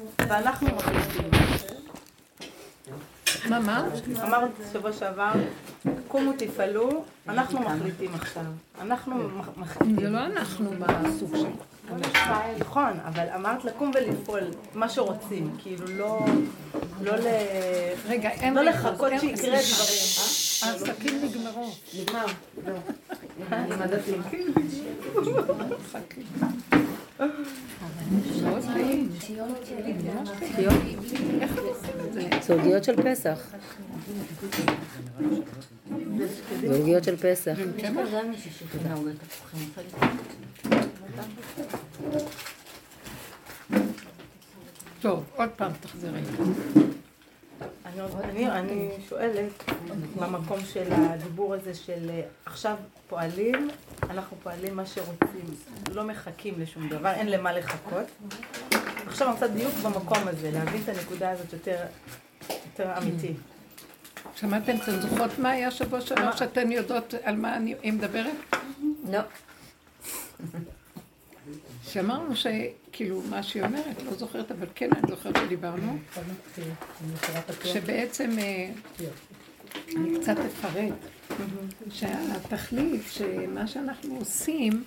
ואנחנו מחליטים. מה? אמרת שבוע שעבר, קומו תפעלו, אנחנו מחליטים עכשיו. אנחנו מחליטים. זה לא אנחנו בסוג של... נכון, אבל אמרת לקום ולפעול, מה שרוצים, כאילו לא לחכות שיקרה דברים. העסקים נגמרו. נגמר. אני מדעתי. מאוד טעים. איך הם עושים את זה? סוגיות של פסח. סוגיות של פסח. טוב, עוד פעם תחזרי. אני שואלת במקום של הדיבור הזה של עכשיו פועלים, אנחנו פועלים מה שרוצים, לא מחכים לשום דבר, אין למה לחכות. עכשיו אני רוצה דיוק במקום הזה, להבין את הנקודה הזאת יותר אמיתי. שמעתם, אתן זוכרות מה היה שבוע שעבר שאתן יודעות על מה אני מדברת? לא. שאמרנו שכאילו מה שהיא אומרת, לא זוכרת, אבל כן אני זוכרת שדיברנו, שבעצם אני קצת אפרט, שהתכלית שמה שאנחנו עושים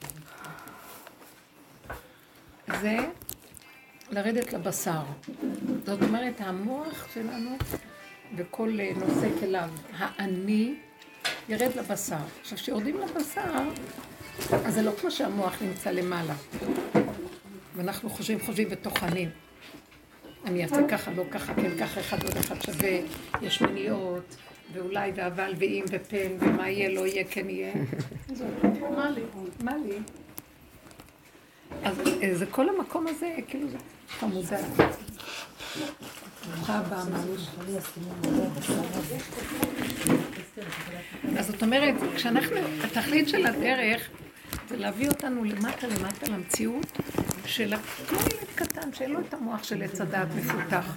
זה לרדת לבשר. זאת אומרת, המוח שלנו וכל נושא אליו, האני, ירד לבשר. עכשיו, כשיורדים לבשר, אז זה לא כמו שהמוח נמצא למעלה. ואנחנו חושבים וטוחנים. אני אעשה ככה, לא ככה, כן ככה, אחד עוד אחד שווה, יש מניות, ואולי ואבל ואם ופן, ומה יהיה, לא יהיה, כן יהיה. מה לי? אז זה כל המקום הזה, כאילו זה חמודה. ברוכה הבאה, מעלוש. אז זאת אומרת, כשאנחנו, התכלית של הדרך, זה להביא אותנו למטה למציאות של כמו ילד קטן, שאין לו את המוח של עץ הדעת מפותח.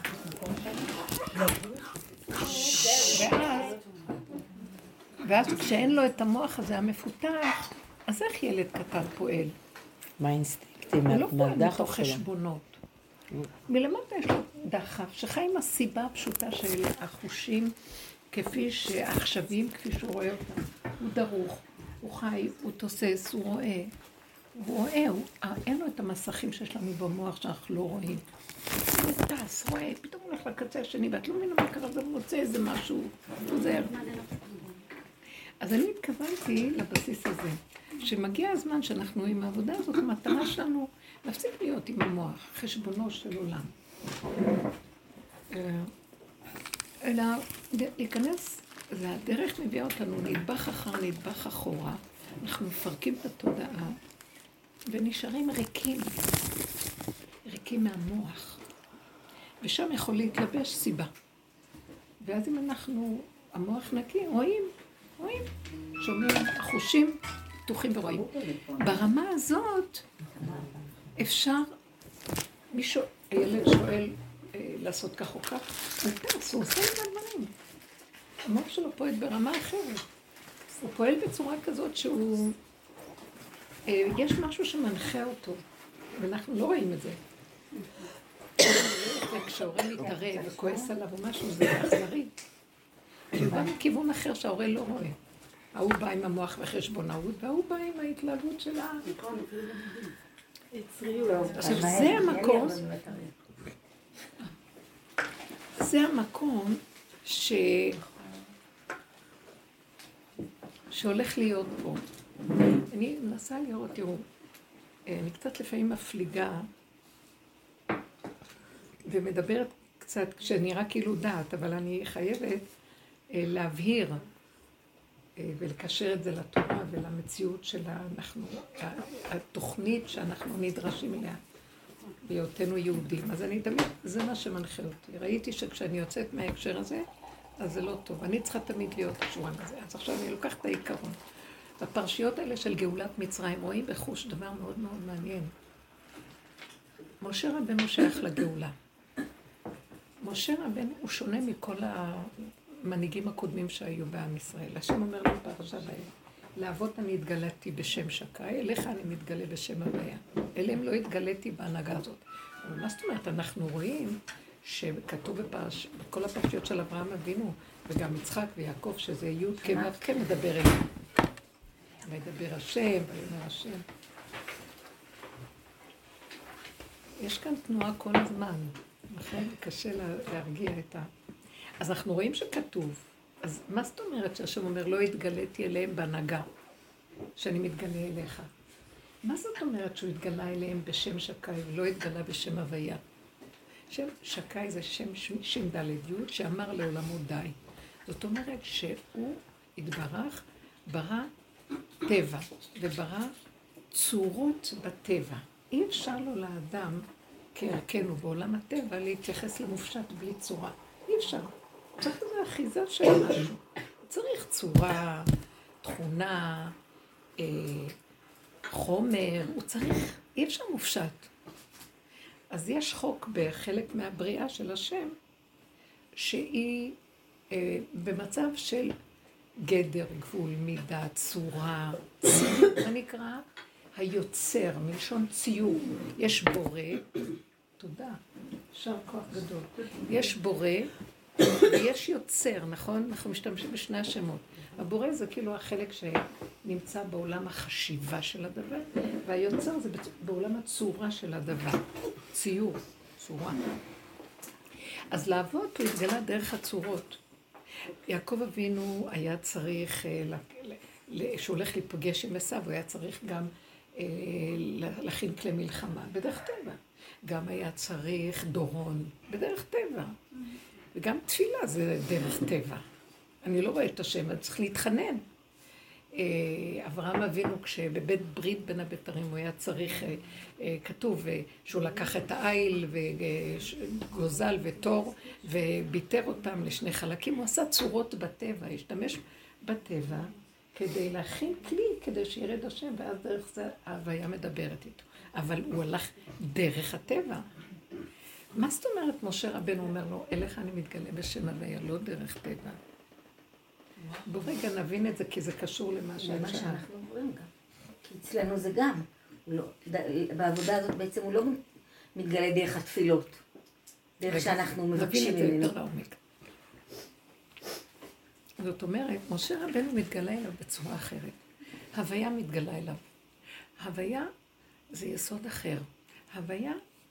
ואז כשאין לו את המוח הזה המפותח, אז איך ילד קטן פועל? מה האינסטינקטים? הוא לא פועל מתוך חשבונות. מלמטה יש לו דחף, שחי עם הסיבה הפשוטה של החושים, כפי שהעכשווים, כפי שהוא רואה אותם. הוא דרוך, הוא חי, הוא תוסס, הוא רואה. אין לו את המסכים שיש לנו במוח שאנחנו לא רואים. הוא טס, רואה, פתאום הוא הולך לקצה השני, ואת לא מבינה מה קרה, והוא מוצא איזה משהו, חוזר. אז אני התכוונתי לבסיס הזה, שמגיע הזמן שאנחנו עם העבודה הזאת, המטרה שלנו להפסיק להיות עם המוח, חשבונו של עולם. אלא להיכנס, והדרך מביאה אותנו נדבך אחר נדבך אחורה, אנחנו מפרקים את התודעה, ונשארים ריקים מהמוח. ושם יכול להתלבש סיבה. ואז אם אנחנו, המוח נקי, רואים, שומעים, החושים פתוחים ורואים. ברמה הזאת אפשר, הילד שואל לעשות כך או כך, הוא טס, הוא עושה את הדברים. המוח שלו פועל ברמה אחרת. הוא פועל בצורה כזאת שהוא, יש משהו שמנחה אותו, ואנחנו לא רואים את זה. כשההורה מתערב וכועס עליו או משהו, זה אכזרי. הוא בא מכיוון אחר שההורה לא רואה. ההוא בא עם המוח וחשבונאות, וההוא בא עם ההתלהבות של עכשיו, זה המקום שהולך להיות פה. אני מנסה לראות, תראו, אני קצת לפעמים מפליגה ומדברת קצת, כשנראה כאילו דעת, אבל אני חייבת להבהיר ולקשר את זה לתורה ולמציאות של התוכנית שאנחנו נדרשים אליה בהיותנו יהודים. אז אני תמיד, זה מה שמנחה אותי. ראיתי שכשאני יוצאת מההקשר הזה, אז זה לא טוב. אני צריכה תמיד להיות קשורה לזה. אז עכשיו אני לוקחת את העיקרון. בפרשיות האלה של גאולת מצרים רואים בחוש דבר מאוד מאוד מעניין. משה רבנו שייך לגאולה. משה רבנו הוא שונה מכל המנהיגים הקודמים שהיו בעם ישראל. השם אומר לו בפרשה בהם, לאבות אני התגלתי בשם שקאי, אליך אני מתגלה בשם הוויה. אליהם לא התגלתי בהנהגה הזאת. אבל מה זאת אומרת? אנחנו רואים שכתוב בכל הפרשיות של אברהם אבינו, וגם יצחק ויעקב, שזה י' כו' כן מדבר אליהם. וידבר השם, ויאמר השם. יש כאן תנועה כל הזמן, נכון? קשה להרגיע את ה... אז אנחנו רואים שכתוב. אז מה זאת אומרת שהשם אומר, לא התגליתי אליהם בהנהגה, שאני מתגלה אליך? מה זאת אומרת שהוא התגלה אליהם בשם שקאי, ולא התגלה בשם הוויה? שם שקאי זה שם ש"ד י' שאמר לעולמו די. זאת אומרת שהוא התברך, ברא טבע, וברא צורות בטבע. אי אפשר לו לאדם, כערכנו בעולם הטבע, להתייחס למופשט בלי צורה. אי אפשר. צריך איזו אחיזה של משהו. צריך צורה, תכונה, חומר, הוא צריך, אי אפשר מופשט. אז יש חוק בחלק מהבריאה של השם, שהיא במצב של גדר, גבול, מידה, צורה, ציור, מה נקרא? היוצר, מלשון ציור. יש בורא, תודה, שר כוח גדול. יש בורא ויש יוצר, נכון? אנחנו משתמשים בשני השמות. הבורא זה כאילו החלק שנמצא בעולם החשיבה של הדבר, והיוצר זה בעולם הצורה של הדבר. ציור, צורה. אז לעבוד הוא התגלה דרך הצורות. יעקב אבינו היה צריך, שהוא הולך להיפגש עם עשיו, הוא היה צריך גם להכין כלי מלחמה, בדרך טבע. גם היה צריך דורון, בדרך טבע. וגם תפילה זה דרך טבע. אני לא רואה את השם, אני צריך להתחנן. אברהם אבינו, כשבבית ברית בין הבתרים, הוא היה צריך, כתוב שהוא לקח את העיל וגוזל ותור, וביטר אותם לשני חלקים. הוא עשה צורות בטבע, השתמש בטבע, כדי להכין כלי, כדי שירד השם, ואז דרך זה ההוויה מדברת איתו. אבל הוא הלך דרך הטבע. מה זאת אומרת משה רבנו אומר לו, אליך אני מתגלה בשם הוויה, לא דרך טבע? בוא רגע נבין את זה, כי זה קשור למה שאנחנו אומרים גם. כי אצלנו זה גם. בעבודה הזאת בעצם הוא לא מתגלה דרך התפילות. דרך שאנחנו מבקשים ממנו. נבין את זה יותר לעומק. זאת אומרת, משה רבנו מתגלה אליו בצורה אחרת. הוויה מתגלה אליו. הוויה זה יסוד אחר. הוויה,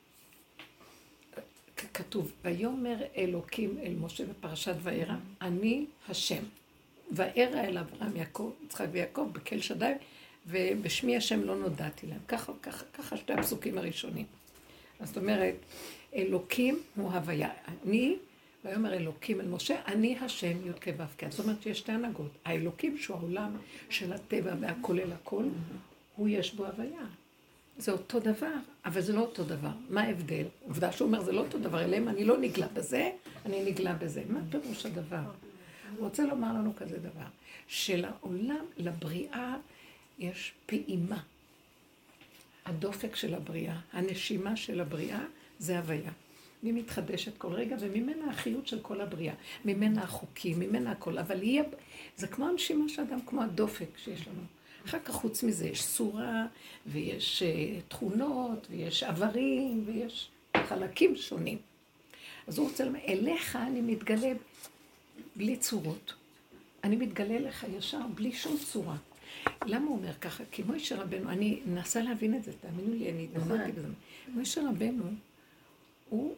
כתוב, ויאמר אלוקים אל משה בפרשת וירא, אני השם. וירא אל אברהם, יצחק ויעקב בקל שדי, ובשמי השם לא נודעתי להם. ככה שתי הפסוקים הראשונים. אז זאת אומרת, אלוקים הוא הוויה. אני, ויאמר אלוקים אל משה, אני השם י' כ' ו' כ'. זאת אומרת שיש שתי הנהגות. האלוקים שהוא העולם של הטבע והכולל הכל, הוא יש בו הוויה. זה אותו דבר, אבל זה לא אותו דבר. מה ההבדל? עובדה שהוא אומר, זה לא אותו דבר, אליהם אני לא נגלה בזה, אני נגלה בזה. מה פירוש הדבר? הוא רוצה לומר לנו כזה דבר, שלעולם, לבריאה, יש פעימה. הדופק של הבריאה, הנשימה של הבריאה, זה הוויה. היא מתחדשת כל רגע, וממנה החיות של כל הבריאה. ממנה החוקים, ממנה הכל. אבל זה כמו הנשימה שאדם, כמו הדופק שיש לנו. אחר כך חוץ מזה יש צורה, ויש תכונות, ויש עברים, ויש חלקים שונים. אז הוא רוצה לומר, אליך אני מתגלה בלי צורות. אני מתגלה לך ישר בלי שום צורה. למה הוא אומר ככה? כי משה רבנו, אני מנסה להבין את זה, תאמינו לי, אני התנמדתי בזה. משה רבנו, הוא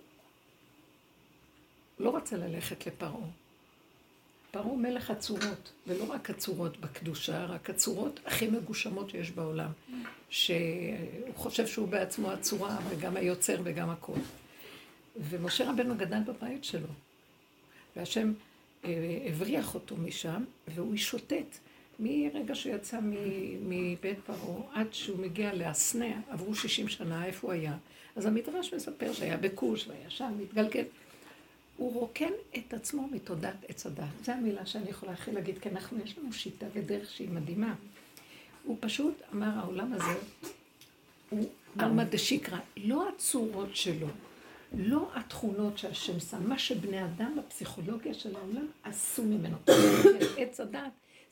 לא רצה ללכת לפרעה. פרעה הוא מלך הצורות, ולא רק הצורות בקדושה, רק הצורות הכי מגושמות שיש בעולם. שהוא חושב שהוא בעצמו הצורה, וגם היוצר וגם הכל. ומשה רבנו גדל בבית שלו. והשם הבריח אותו משם, והוא שוטט. מרגע שהוא יצא מבית פרעה, עד שהוא מגיע להסנע, עברו 60 שנה, איפה הוא היה? אז המדרש מספר שהיה בכוש, והיה שם, מתגלגל. הוא רוקן את עצמו מתודעת עץ הדת. זו המילה שאני יכולה הכי להגיד, כי יש לנו שיטה ודרך שהיא מדהימה. הוא פשוט אמר, העולם הזה הוא עלמא דשיקרא, לא הצורות שלו, לא התכונות שהשם שם, מה שבני אדם בפסיכולוגיה של העולם עשו ממנו. עץ הדת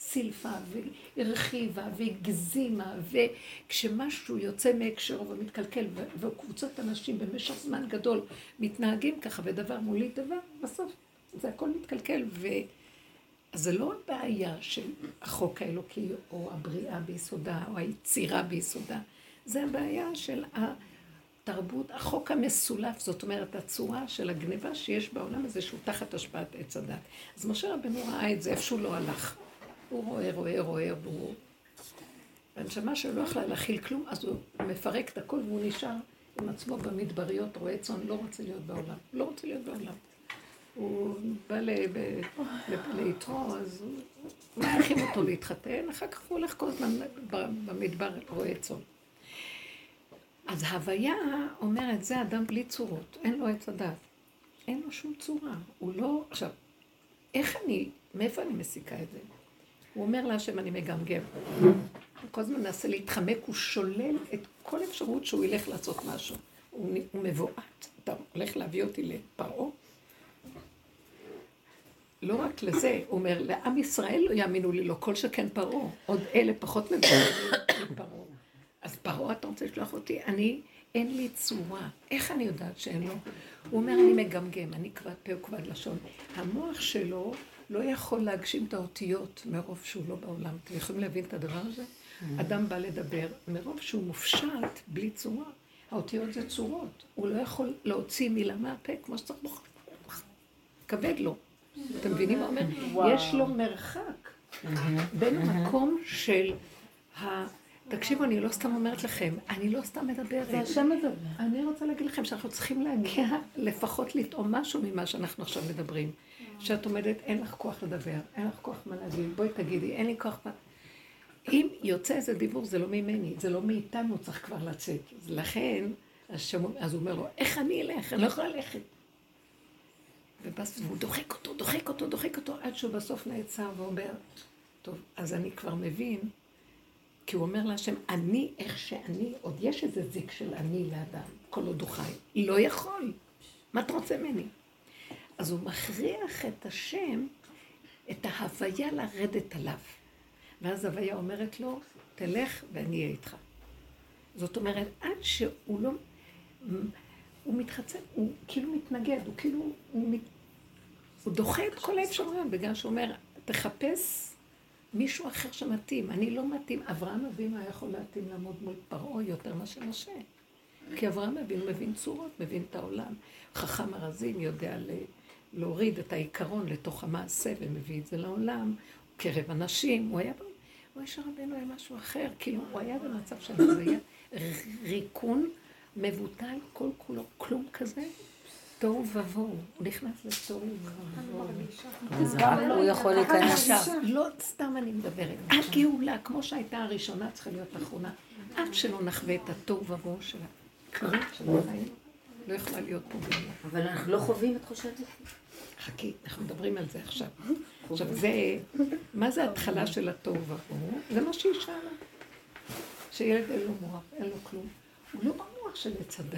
סילפה והרחיבה והגזימה, וכשמשהו יוצא מהקשרו ומתקלקל, וקבוצות אנשים במשך זמן גדול מתנהגים ככה, ודבר מולי דבר, בסוף זה הכל מתקלקל. אז זה לא הבעיה של החוק האלוקי, או הבריאה ביסודה, או היצירה ביסודה, זה הבעיה של התרבות, החוק המסולף, זאת אומרת, הצורה של הגניבה שיש בעולם הזה, שהוא תחת השפעת עץ הדת. אז משה רבנו ראה את זה, איפה שהוא לא הלך. הוא רואה, והוא... והנשמה שלו לא יכלה להכיל כלום, אז הוא מפרק את הכל, והוא נשאר עם עצמו במדבריות, רואה צאן, לא רוצה להיות בעולם. לא רוצה להיות בעולם. הוא בא ליתרו, אז הוא מכריחים אותו להתחתן, אחר כך הוא הולך כל הזמן במדבר, רואה צאן. אז ההוויה אומרת, זה אדם בלי צורות, אין לו עץ הדת, אין לו שום צורה, הוא לא... עכשיו, מאיפה אני מסיקה את זה? הוא אומר להשם, אני מגמגם. כל הזמן מנסה להתחמק, הוא שולל את כל אפשרות שהוא ילך לעשות משהו. הוא מבועת, אתה הולך להביא אותי לפרעה? לא רק לזה, הוא אומר, לעם ישראל לא יאמינו לי, לא כל שכן פרעה, עוד אלה פחות מבועים לפרעה. אז פרעה אתה רוצה לשלוח אותי? אין לי צורה. איך אני יודעת שאין לו? הוא אומר, אני מגמגם, אני כבד פה וכבד לשון. המוח שלו לא יכול להגשים את האותיות מרוב שהוא לא בעולם. אתם יכולים להבין את הדבר הזה? אדם בא לדבר, מרוב שהוא מופשט בלי צורה. האותיות זה צורות. הוא לא יכול להוציא מילה מהפה כמו שצריך כבד לו. אתם מבינים מה אומר? יש לו מרחק בין המקום של תקשיבו, אני לא סתם אומרת לכם, אני לא סתם מדברת. זה השם מדבר. אני רוצה להגיד לכם שאנחנו צריכים להגיע לפחות לטעום משהו ממה שאנחנו עכשיו מדברים. שאת עומדת, אין לך כוח לדבר, אין לך כוח מה להגיד, בואי תגידי, אין לי כוח מה... אם יוצא איזה דיבור, זה לא ממני, זה לא מאיתנו, צריך כבר לצאת. לכן, אז הוא אומר לו, איך אני אלך? אני לא יכולה ללכת. והוא דוחק אותו, עד שהוא בסוף נעצר ואומר, טוב, אז אני כבר מבין, כי הוא אומר להשם, אני איך שאני, עוד יש איזה זיק של אני לאדם, כל עוד הוא חי. לא יכול. מה אתה רוצה ממני? אז הוא מכריח את השם, את ההוויה לרדת עליו. ואז ההוויה אומרת לו, תלך ואני אהיה איתך. זאת אומרת, עד שהוא לא... הוא מתחצן, הוא כאילו מתנגד, הוא כאילו... הוא דוחה את כל האפשרויות, בגלל שהוא אומר, תחפש מישהו אחר שמתאים. אני לא מתאים. אברהם אבינו היה יכול להתאים לעמוד מול פרעה יותר מה שמשה. כי אברהם אבינו מבין צורות, מבין את העולם. חכם הרזים יודע להוריד את העיקרון לתוך המעשה ומביא את זה לעולם. קרב אנשים, הוא היה רבנו היה משהו אחר. כאילו הוא היה במצב שלנו, היה ריקון מבוטל, כל כולו, כלום כזה. תוהו ובוהו, הוא נכנס לתוהו ובוהו. הוא יכול להיכנס. עכשיו, לא סתם אני מדברת. הגאולה, כמו שהייתה הראשונה, צריכה להיות האחרונה. עד שלא נחווה את התוהו ובוהו שלה. כלום שלא חיים. לא יכולה להיות פה גאולה. אבל אנחנו לא חווים, את חושבת? חכי, אנחנו מדברים על זה עכשיו. עכשיו, מה זה ההתחלה של התוהו ובוהו? זה מה שהיא שאלה. שילד אין לו מוח, אין לו כלום. הוא לא במוח של עץ הדת.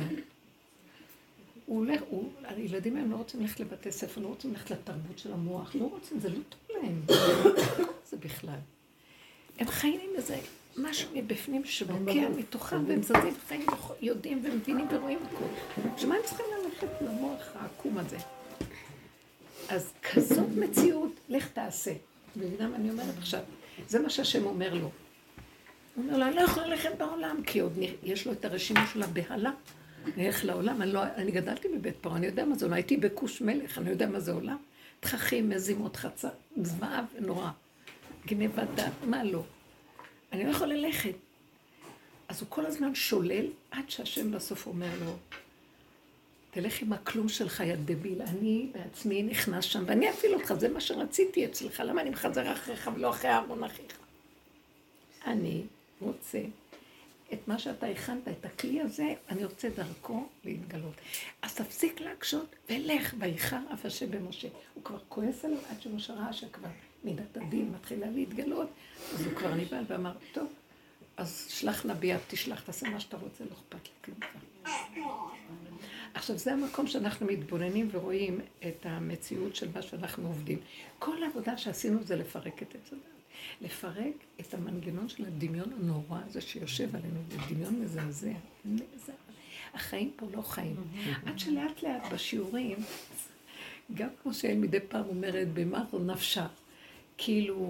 הילדים הם לא רוצים ללכת לבתי ספר, לא רוצים ללכת לתרבות של המוח, לא רוצים, זה לא טוב להם. זה בכלל. הם חיים עם איזה משהו מבפנים שבוקע מתוכם, והם זזים וחיים יודעים ומבינים ורואים הכל. שמה הם צריכים ללכת למוח העקום הזה? אז כזאת מציאות, לך תעשה. מבינה מה אני אומרת עכשיו? זה מה שהשם אומר לו. הוא אומר לו, אני לא יכול ללכת בעולם, כי עוד יש לו את הרשימה של הבהלה. אני אלך לעולם, אני גדלתי בבית פרעה, אני יודע מה זה עולם, הייתי בכוש מלך, אני יודע מה זה עולם. תככים, מזימות, חצה, זוועה ונורא. גנבת דת, מה לא? אני לא יכול ללכת. אז הוא כל הזמן שולל, עד שהשם בסוף אומר לו, תלך עם הכלום שלך, יא דביל, אני בעצמי נכנס שם, ואני אפעיל אותך, זה מה שרציתי אצלך, למה אני מחזר אחריך ולא אחרי אהרון אחיך? אני רוצה את מה שאתה הכנת, את הכלי הזה, אני רוצה דרכו להתגלות. אז תפסיק להקשות ולך, ויחר אף השם במשה. הוא כבר כועס עליו עד שמשה ראה שכבר מידת הדין מתחילה להתגלות, אז הוא כבר נבהל ואמר, טוב, אז שלח נביאה, תשלח, תעשה מה שאתה רוצה, לא אכפת לי כלום כבר. עכשיו, זה המקום שאנחנו מתבוננים ורואים את המציאות של מה שאנחנו עובדים. כל העבודה שעשינו זה לפרק את עץ הדת. לפרק את המנגנון של הדמיון הנורא הזה שיושב עלינו, זה דמיון מזעזע. החיים פה לא חיים. עד שלאט לאט בשיעורים, גם כמו שאין מדי פעם אומרת, במר נפשה, כאילו,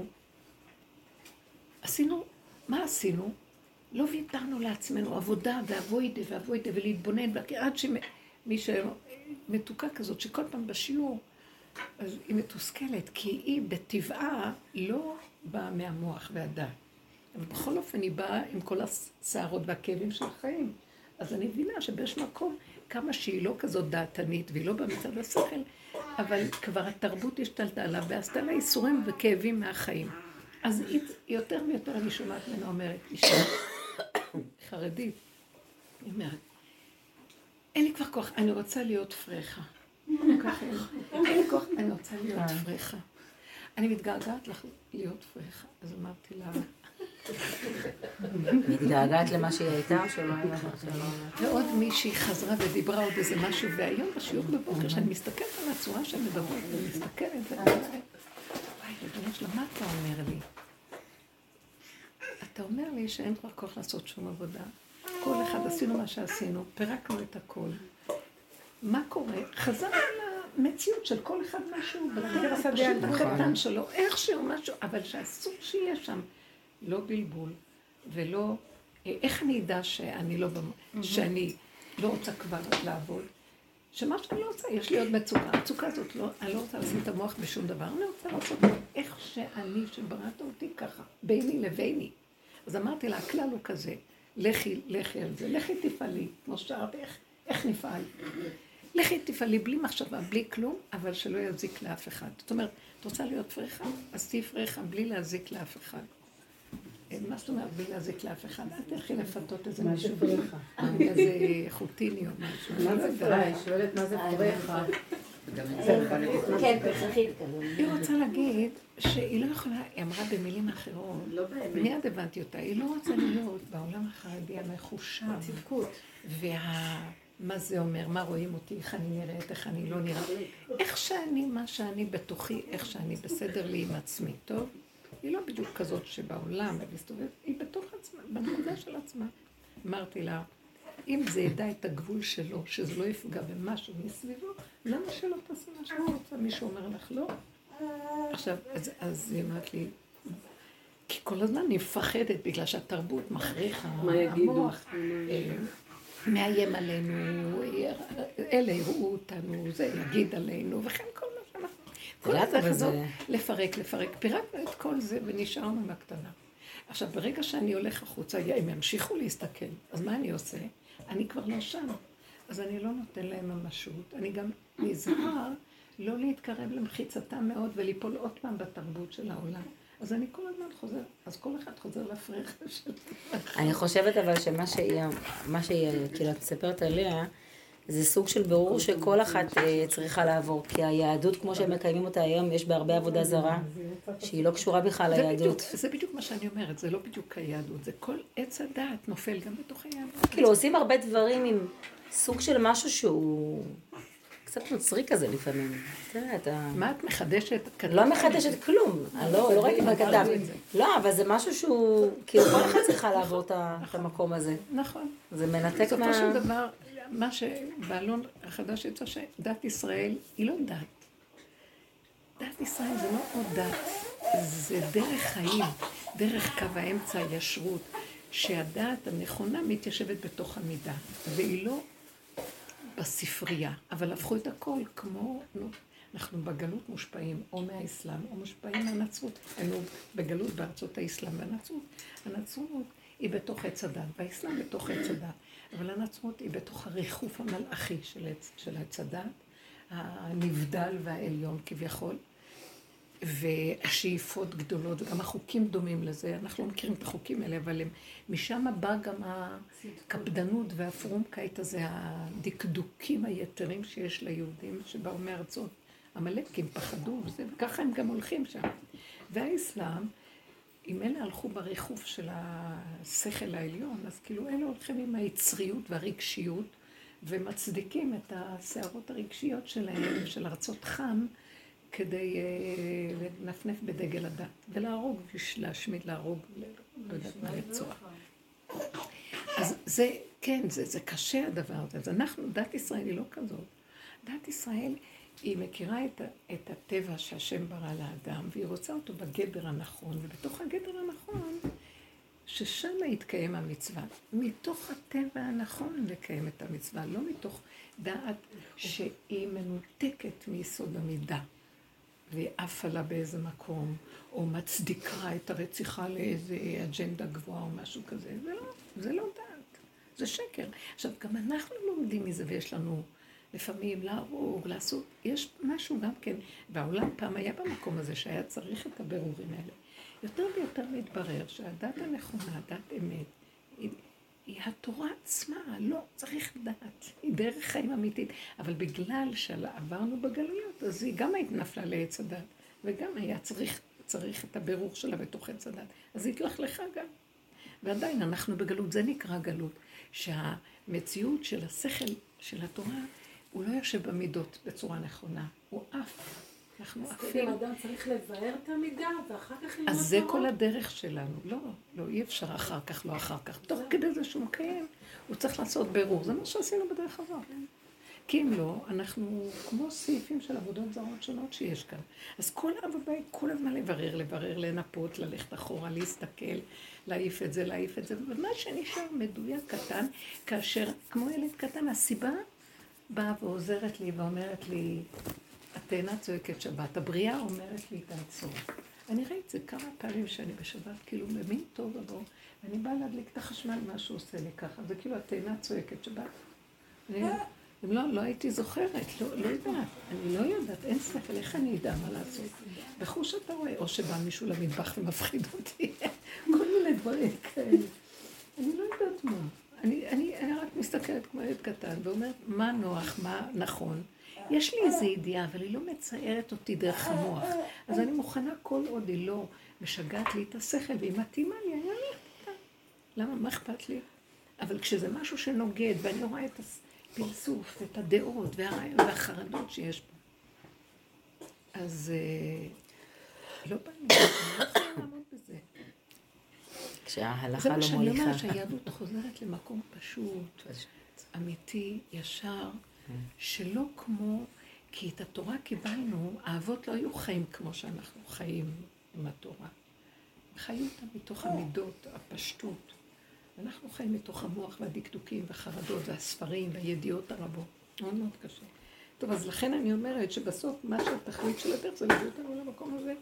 מה עשינו? לא ויתרנו לעצמנו עבודה ואבוידה ולהתבונן, עד שמי שמתוקה כזאת, שכל פעם בשיעור, אז היא מתוסכלת, כי היא בטבעה לא באה מהמוח והדעת. אבל בכל אופן היא באה עם כל השערות והכאבים של החיים. אז אני מבינה שבאיש מקום, כמה שהיא לא כזאת דעתנית, והיא לא במצד השכל, אבל כבר התרבות השתלטה עליו, ועשתה לה איסורים וכאבים מהחיים. אז היא יותר ויותר אני שומעת ממנה אומרת, אישה חרדית, היא אומרת, אין לי כבר כוח, אני רוצה להיות פרחה. אין לי כוח, אני רוצה להיות פרחה. אני מתגעגעת לך להיות פרחה. אז אמרתי לה... מתגעגעת למה שהיא הייתה או שלא היה? ועוד מישהי חזרה ודיברה עוד איזה משהו, והיום בשיעור בבוקר, שאני מסתכלת על הצורה שאני מדברת, ומסתכלת ואומרת, וואי, ריבונו שלמה, מה אתה אומר לי? אתה אומר לי שאין כבר כוח לעשות שום עבודה. כל אחד עשינו מה שעשינו, פירקנו את הכל. מה קורה? חזרנו למציאות של כל אחד משהו, פשוט הקטן שלו, איכשהו משהו, אבל שאסור שיהיה שם. לא בלבול, ולא... איך אני אדע שאני לא רוצה כבר לעבוד? שמה שאני לא רוצה, יש לי עוד מצוקה. המצוקה הזאת, אני לא רוצה לשים את המוח בשום דבר, אני רוצה לעשות איך שאני, שבראת אותי ככה, ביני לביני. אז אמרתי לה, הכלל הוא כזה, לכי על זה, לכי תפעלי, כמו שארתי, איך נפעל? לכי תפעלי בלי מחשבה, בלי כלום, אבל שלא יזיק לאף אחד. זאת אומרת, את רוצה להיות פרחה? אז תהי פרחה בלי להזיק לאף אחד. מה זאת אומרת בלי להזיק לאף אחד? אל תלכי לפתות איזה מישהו פרחה. איזה חוטיני או משהו. מה זה פרחה? היא שואלת מה זה פרחה. כן, פרחית. היא רוצה להגיד שהיא לא יכולה, היא אמרה במילים אחרות, מיד הבנתי אותה, היא לא רוצה להיות בעולם החרדי המחושב. צדקות. מה זה אומר, מה רואים אותי, איך אני נראית, איך אני לא נראית. איך שאני, מה שאני בתוכי, איך שאני בסדר לי עם עצמי, טוב? היא לא בדיוק כזאת שבעולם, היא בתוך עצמה, בנקודה של עצמה. אמרתי לה, אם זה ידע את הגבול שלו, שזה לא יפגע במשהו מסביבו, למה שלא תעשי מה שאני רוצה? מישהו אומר לך לא? עכשיו, אז היא אמרת לי, כי כל הזמן אני מפחדת בגלל שהתרבות מכריחה, המוח מאיים עלינו, אלה יראו אותנו, זה יגיד עלינו, וכן כל מה שאנחנו... כל הדרך הזאת, לפרק, פירקנו את כל זה ונשארנו מהקטנה. עכשיו, ברגע שאני הולך החוצה, הם ימשיכו להסתכל, אז מה אני עושה? אני כבר לא שם, אז אני לא נותן להם ממשות, אני גם נזהר לא להתקרב למחיצתם מאוד וליפול עוד פעם בתרבות של העולם. אז אני כל הזמן חוזר, אז כל אחד חוזר לפרחה שלו. אני חושבת אבל שמה שהיא כאילו את מספרת עליה, זה סוג של ברור שכל אחת צריכה לעבור, כי היהדות כמו שהם מקיימים אותה היום, יש בהרבה עבודה זרה, שהיא לא קשורה בכלל ליהדות. זה בדיוק מה שאני אומרת, זה לא בדיוק היהדות, זה כל עץ הדעת נופל גם בתוך היהדות. כאילו עושים הרבה דברים עם סוג של משהו שהוא קצת נוצרי כזה לפעמים. מה את מחדשת? לא מחדשת כלום, לא ראיתי מה כתב. לא, אבל זה משהו שהוא, כאילו כל אחד צריכה לעבור את המקום הזה. נכון. זה מנתק בסופו של דבר, מה שבעלון החדש יצא שדת ישראל היא לא דת. דת ישראל זה לא עוד דת, זה דרך חיים, דרך קו האמצע, ישרות, שהדת הנכונה מתיישבת בתוך המידה, והיא לא בספרייה, אבל הפכו את הכל כמו, אנחנו בגלות מושפעים או מהאסלאם או מושפעים מהנצרות, היינו בגלות בארצות האסלאם והנצרות, הנצרות היא בתוך עץ הדת, והאסלאם בתוך עץ הדת, אבל הנצרות היא בתוך הריחוף המלאכי של עץ הדת, הנבדל והעליון כביכול, והשאיפות גדולות, וגם החוקים דומים לזה, אנחנו לא מכירים את החוקים האלה, אבל משם בא גם הקפדנות והפרומקייט הזה, הדקדוקים היתרים שיש ליהודים שבאו מארצות. המלאקים פחדו, וככה הם גם הולכים שם. והאסלאם, אם אלה הלכו בריחוף של השכל העליון, אז כאילו אלה הולכים עם היצריות והרגשיות, ומצדיקים את הסערות הרגשיות שלהם, של ארצות חם, כדי לנפנף בדגל הדת, ולהרוג, להשמיד, להרוג, לא יודעת מה לצורך. אז זה, כן, זה קשה הדבר הזה. אז אנחנו, דת ישראל היא לא כזאת. דת ישראל היא מכירה את הטבע שהשם ברא לאדם, והיא רוצה אותו בגדר הנכון, ובתוך הגדר הנכון, ששם יתקיים המצווה. מתוך הטבע הנכון לקיים את המצווה, לא מתוך דעת שהיא מנותקת מיסוד המידה, והיא עפה לה באיזה מקום, או מצדיקה את הרציחה לאיזה אג'נדה גבוהה או משהו כזה. זה לא דעת, זה שקר. עכשיו, גם אנחנו לומדים מזה, ויש לנו לפעמים להרוג, לעשות, יש משהו גם כן, והעולם פעם היה במקום הזה שהיה צריך את הבירורים האלה. יותר ויותר מתברר שהדת הנכונה, דת אמת, היא התורה עצמה, לא צריך לדעת, היא דרך חיים אמיתית, אבל בגלל שעברנו בגלויות, אז היא גם היית נפלה לעץ הדת, וגם היה צריך את הבירור שלה בתוך עץ הדת, אז היא התלכלכה גם. ועדיין אנחנו בגלות, זה נקרא גלות, שהמציאות של השכל של התורה, הוא לא יושב במידות בצורה נכונה, הוא אף. אנחנו אפילו... אדם צריך לבאר את המידה, ואחר כך ללמוד אז זה כל הדרך שלנו. לא, אי אפשר אחר כך, לא אחר כך. תוך כדי זה שהוא מקיים, הוא צריך לעשות בירור. זה מה שעשינו בדרך הזאת. כי אם לא, אנחנו כמו סעיפים של עבודות זרות שונות שיש כאן. אז כל העבודה היא כל הזמן לברר, לנפות, ללכת אחורה, להסתכל, להעיף את זה, ומה שנשאר מדויק קטן, כאשר כמו ילד קטן, הסיבה באה ועוזרת לי ואומרת לי, התאנה צועקת שבת, הבריאה אומרת לי תעצור. אני ראיתי את זה כמה פעמים שאני בשבת, כאילו במין טוב עבור, ואני באה להדליק את החשמל, מה שהוא עושה לי ככה, זה כאילו התאנה צועקת שבת. אם לא הייתי זוכרת, לא יודעת, אני לא יודעת, אין שכל, איך אני אדע מה לעשות? בחוש אתה רואה, או שבא מישהו למטבח ומפחיד אותי, כל מיני דברים כאלה. אני לא יודעת מה. אני רק מסתכלת כמו ילד קטן ואומרת, מה נוח, מה נכון. יש לי איזו ידיעה, אבל היא לא מציירת אותי דרך המוח. אז אני מוכנה כל עוד היא לא משגעת לי את השכל, והיא מתאימה לי, אני הולכת איתה. למה? מה אכפת לי? אבל כשזה משהו שנוגד, ואני רואה את הפלסוף, את הדעות והחרדות שיש פה, אז לא בא לי, אני לא יכולה לעמוד בזה. כשההלכה לא זה מה מוליכה. שאני אומרת, שהיהדות חוזרת למקום פשוט, אמיתי, ישר, שלא כמו, כי את התורה קיבלנו, האבות לא היו חיים כמו שאנחנו חיים עם התורה. חיו אותם מתוך המידות, הפשטות. אנחנו חיים מתוך המוח והדקדוקים והחרדות והספרים והידיעות הרבות. מאוד מאוד קשה. טוב, אז לכן אני אומרת שבסוף מה שהתכלית של הדרך זה להביא אותנו למקום הזה.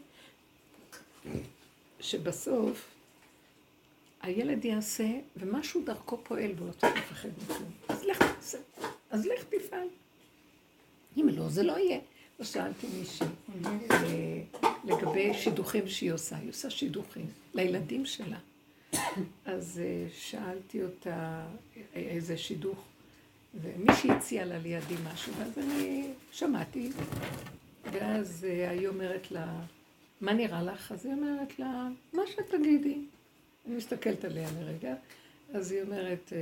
שבסוף הילד יעשה ומשהו דרכו פועל והוא לא צריך לפחד מכלום. אז לך תעשה. אז לך תפעל. אם לא, זה לא יהיה. אז שאלתי מישהי לגבי שידוכים שהיא עושה. היא עושה שידוכים לילדים שלה. אז שאלתי אותה איזה שידוך, ומישהי הציעה לה לידי משהו, ואז אני שמעתי, ואז היא אומרת לה, מה נראה לך? אז היא אומרת לה, מה שתגידי. אני מסתכלת עליה לרגע, אז היא אומרת,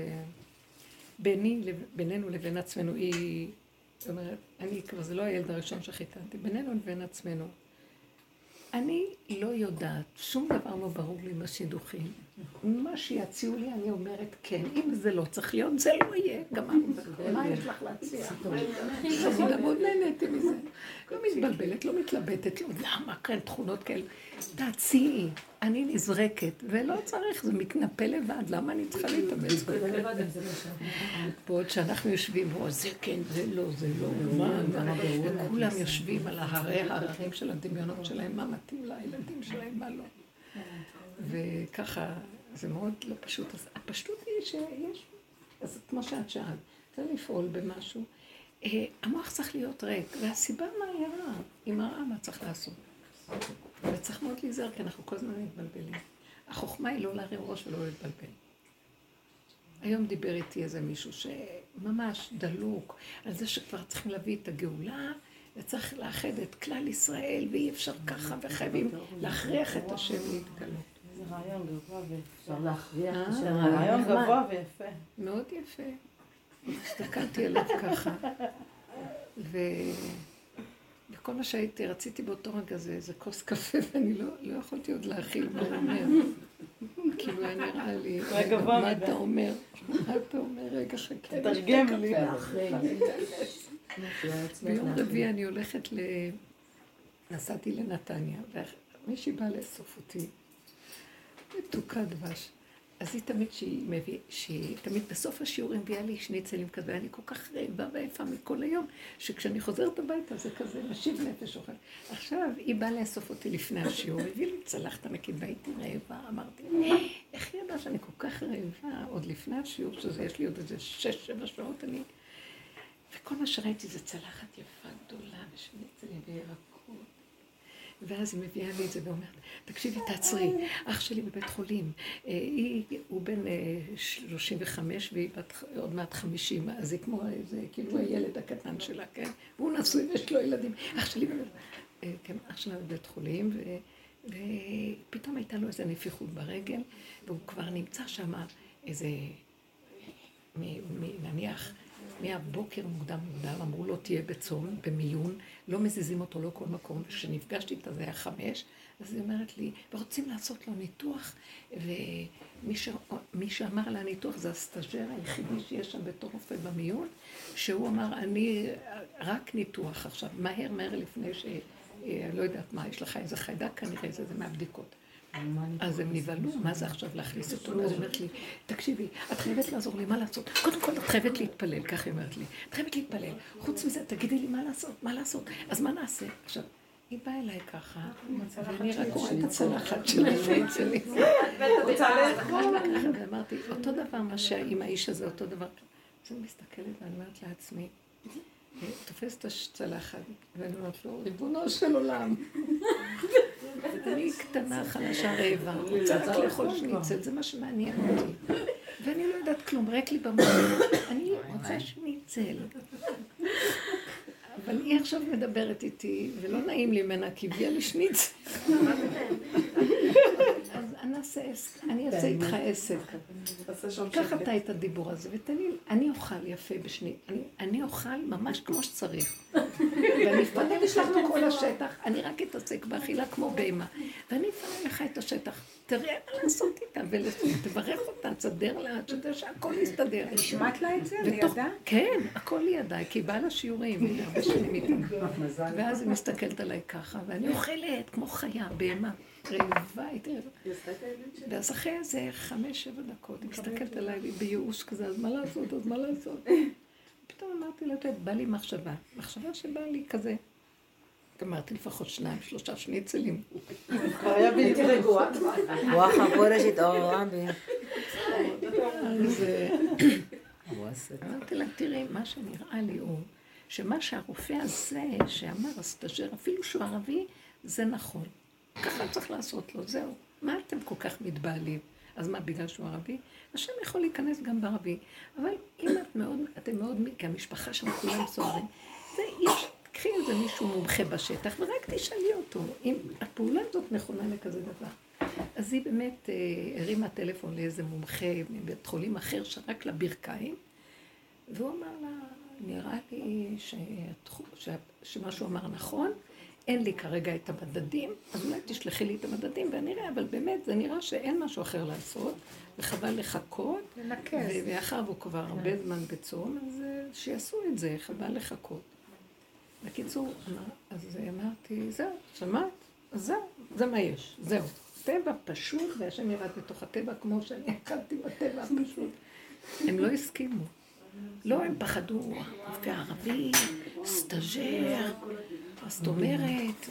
בינינו לבין עצמנו, היא אומרת, אני כבר, זה לא הילד הראשון שחיתנתי, בינינו לבין עצמנו, אני לא יודעת, שום דבר לא ברור לי בשידוכים. מה שיציעו לי, אני אומרת כן. אם זה לא צריך להיות, זה לא יהיה. גם מה יש לך להציע? אני מאוד נהניתי מזה. לא מתבלבלת, לא מתלבטת, לא למה כאן תכונות כאלה. תעציעי, אני נזרקת, ולא צריך, זה מתנפה לבד. למה אני צריכה להתאמץ? בעוד שאנחנו יושבים, זה כן, זה לא, זה לא, וכולם יושבים על ההרים של הדמיונות שלהם, מה מתאים לילדים שלהם, מה לא. וככה, זה מאוד לא פשוט. הפשטות היא שיש, אז כמו שאת שאלת, צריך לפעול במשהו. המוח צריך להיות ריק, והסיבה מה היא רעה? עם הרעה מה צריך לעשות? וצריך מאוד להיזהר, כי אנחנו כל הזמן מתבלבלים. החוכמה היא לא להרים ראש ולא להתבלבל. היום דיבר איתי איזה מישהו שממש דלוק על זה שכבר צריכים להביא את הגאולה, וצריך לאחד את כלל ישראל, ואי אפשר ככה, וחייבים להכריח את השם להתגלות. זה רעיון גבוה ואפשר להכריח את השם. רעיון גבוה ויפה. מאוד יפה. הסתכלתי עליו ככה. וכל מה שהייתי, רציתי באותו רגע זה כוס קפה, ואני לא יכולתי עוד להכיל מה הוא אומר. כאילו היה נראה לי, מה אתה אומר? מה אתה אומר? רגע, חכה. תרגם לי. ביום רביעי אני הולכת נסעתי לנתניה, ומישהי באה לאסוף אותי, מתוקה דבש. אז היא תמיד בסוף השיעור הביאה לי שניצלים כזה, ואני כל כך רעבה ועייפה מכל היום, שכשאני חוזרת הביתה זה כזה משיב נפש אוכל. עכשיו היא באה לאסוף אותי לפני השיעור, הביא לי צלחת ענקית והייתי רעבה, אמרתי, איך ידע שאני כל כך רעבה עוד לפני השיעור, שזה יש לי עוד איזה 6-7 שעות אני... וכל מה שראיתי זה צלחת יפה גדולה, ושניצלים וירקות. ואז היא מביאה לי את זה ואומרת, תקשיבי, תעצרי, אח שלי בבית חולים, הוא בן 35 והיא עוד מעט 50, אז היא כמו איזה, כאילו הילד הקטן שלה, כן? והוא נשוי ויש לו ילדים, אח שלי בבית חולים, ופתאום הייתה לו איזה נפיחות ברגל, והוא כבר נמצא שם איזה, נניח, מהבוקר מוקדם, אמרו לו תהיה בצום, במיון, לא מזיזים אותו לא כל מקום, וכשנפגשתי איתה זה היה 5, אז היא אומרת לי, ורוצים לעשות לו ניתוח, ומי שאמר לה ניתוח זה הסטאז'ר היחידי שיש שם בתור רופא במיון, שהוא אמר, אני רק ניתוח עכשיו, מהר לפני לא יודעת מה, יש לך איזה חיידק כנראה, זה מהבדיקות. אז הם נבהלו, מה זה עכשיו להכניס אותו? אז היא אומרת לי, תקשיבי, את חייבת לעזור לי, מה לעשות? קודם כל, את חייבת להתפלל, כך היא אומרת לי. את חייבת להתפלל. חוץ מזה, תגידי לי מה לעשות. אז מה נעשה? עכשיו, היא באה אליי ככה, ואני רק רואה את הצלחת של השביעית שלי. ואמרתי, אותו דבר מה עם האיש הזה, אותו דבר. אז אני מסתכלת ואני אומרת לעצמי, תופס את הצלחת, ואני אומרת לו, ריבונו של עולם. אני קטנה, חלשה, רעבה, רוצה רק לאכול שניצל, זה מה שמעניין אותי. ואני לא יודעת כלום, רק לי במוח, אני רוצה שניצל. אבל היא עכשיו מדברת איתי, ולא נעים לי ממנה, כי הביאה לי שניצל. אז אני אעשה איתך עסק. קח אתה את הדיבור הזה, אני אוכל יפה בשני, אני אוכל ממש כמו שצריך. ואני אפנה לך כל השטח, אני רק אתעסק באכילה כמו בהמה. ואני אפנה לך את השטח, תראה מה לעשות איתה, ותברך אותה, תסדר לה, תדע שהכל יסתדר. נשמעת לה את זה? לידה? כן, הכל לידה, כי היא באה לשיעורים, היא הרבה שנים איתי. ואז היא מסתכלת עליי ככה, ואני אוכלת כמו חיה, בהמה. רעבה, הייתי רעבה. ואז אחרי איזה 5-7 דקות, היא מסתכלת עליי בייאוש כזה, אז מה לעשות? פתאום אמרתי לה, בא לי מחשבה שבא לי כזה. אמרתי לפחות 2-3 שניצלים. כבר היה בלתי רגוע. רוח הקודש התעוררה בי. אז אמרתי לה, תראי, מה שנראה לי הוא, שמה שהרופא הזה שאמר הסטאז'ר, אפילו שהוא ערבי, זה נכון. ככה צריך לעשות לו, זהו. מה אתם כל כך מתבעלים? אז מה, בגלל שהוא ערבי? השם יכול להיכנס גם בערבי. אבל אם אתם מאוד, כי המשפחה שם כולם סוערים, קחי איזה מישהו מומחה בשטח, ורק תשאלי אותו, אם הפעולה הזאת נכונה לכזה דבר. אז היא באמת הרימה טלפון לאיזה מומחה מבית חולים אחר, שרק לברכיים, והוא אמר לה, נראה לי שמה שהוא אמר נכון, אין לי כרגע את המדדים, אז אולי תשלחי לי את המדדים ונראה, אבל באמת זה נראה שאין משהו אחר לעשות, וחבל לחכות, ואחר הוא כבר הרבה זמן בצום, אז שיעשו את זה, חבל לחכות. בקיצור, אז אמרתי, זהו, שמעת? אז זהו, זה מה יש, זהו. טבע פשוט, והשם ירד בתוך הטבע, כמו שאני הקלתי בטבע הפשוט. הם לא הסכימו. לא, הם פחדו, רופא ערבי, סטאז'ר, זאת אומרת,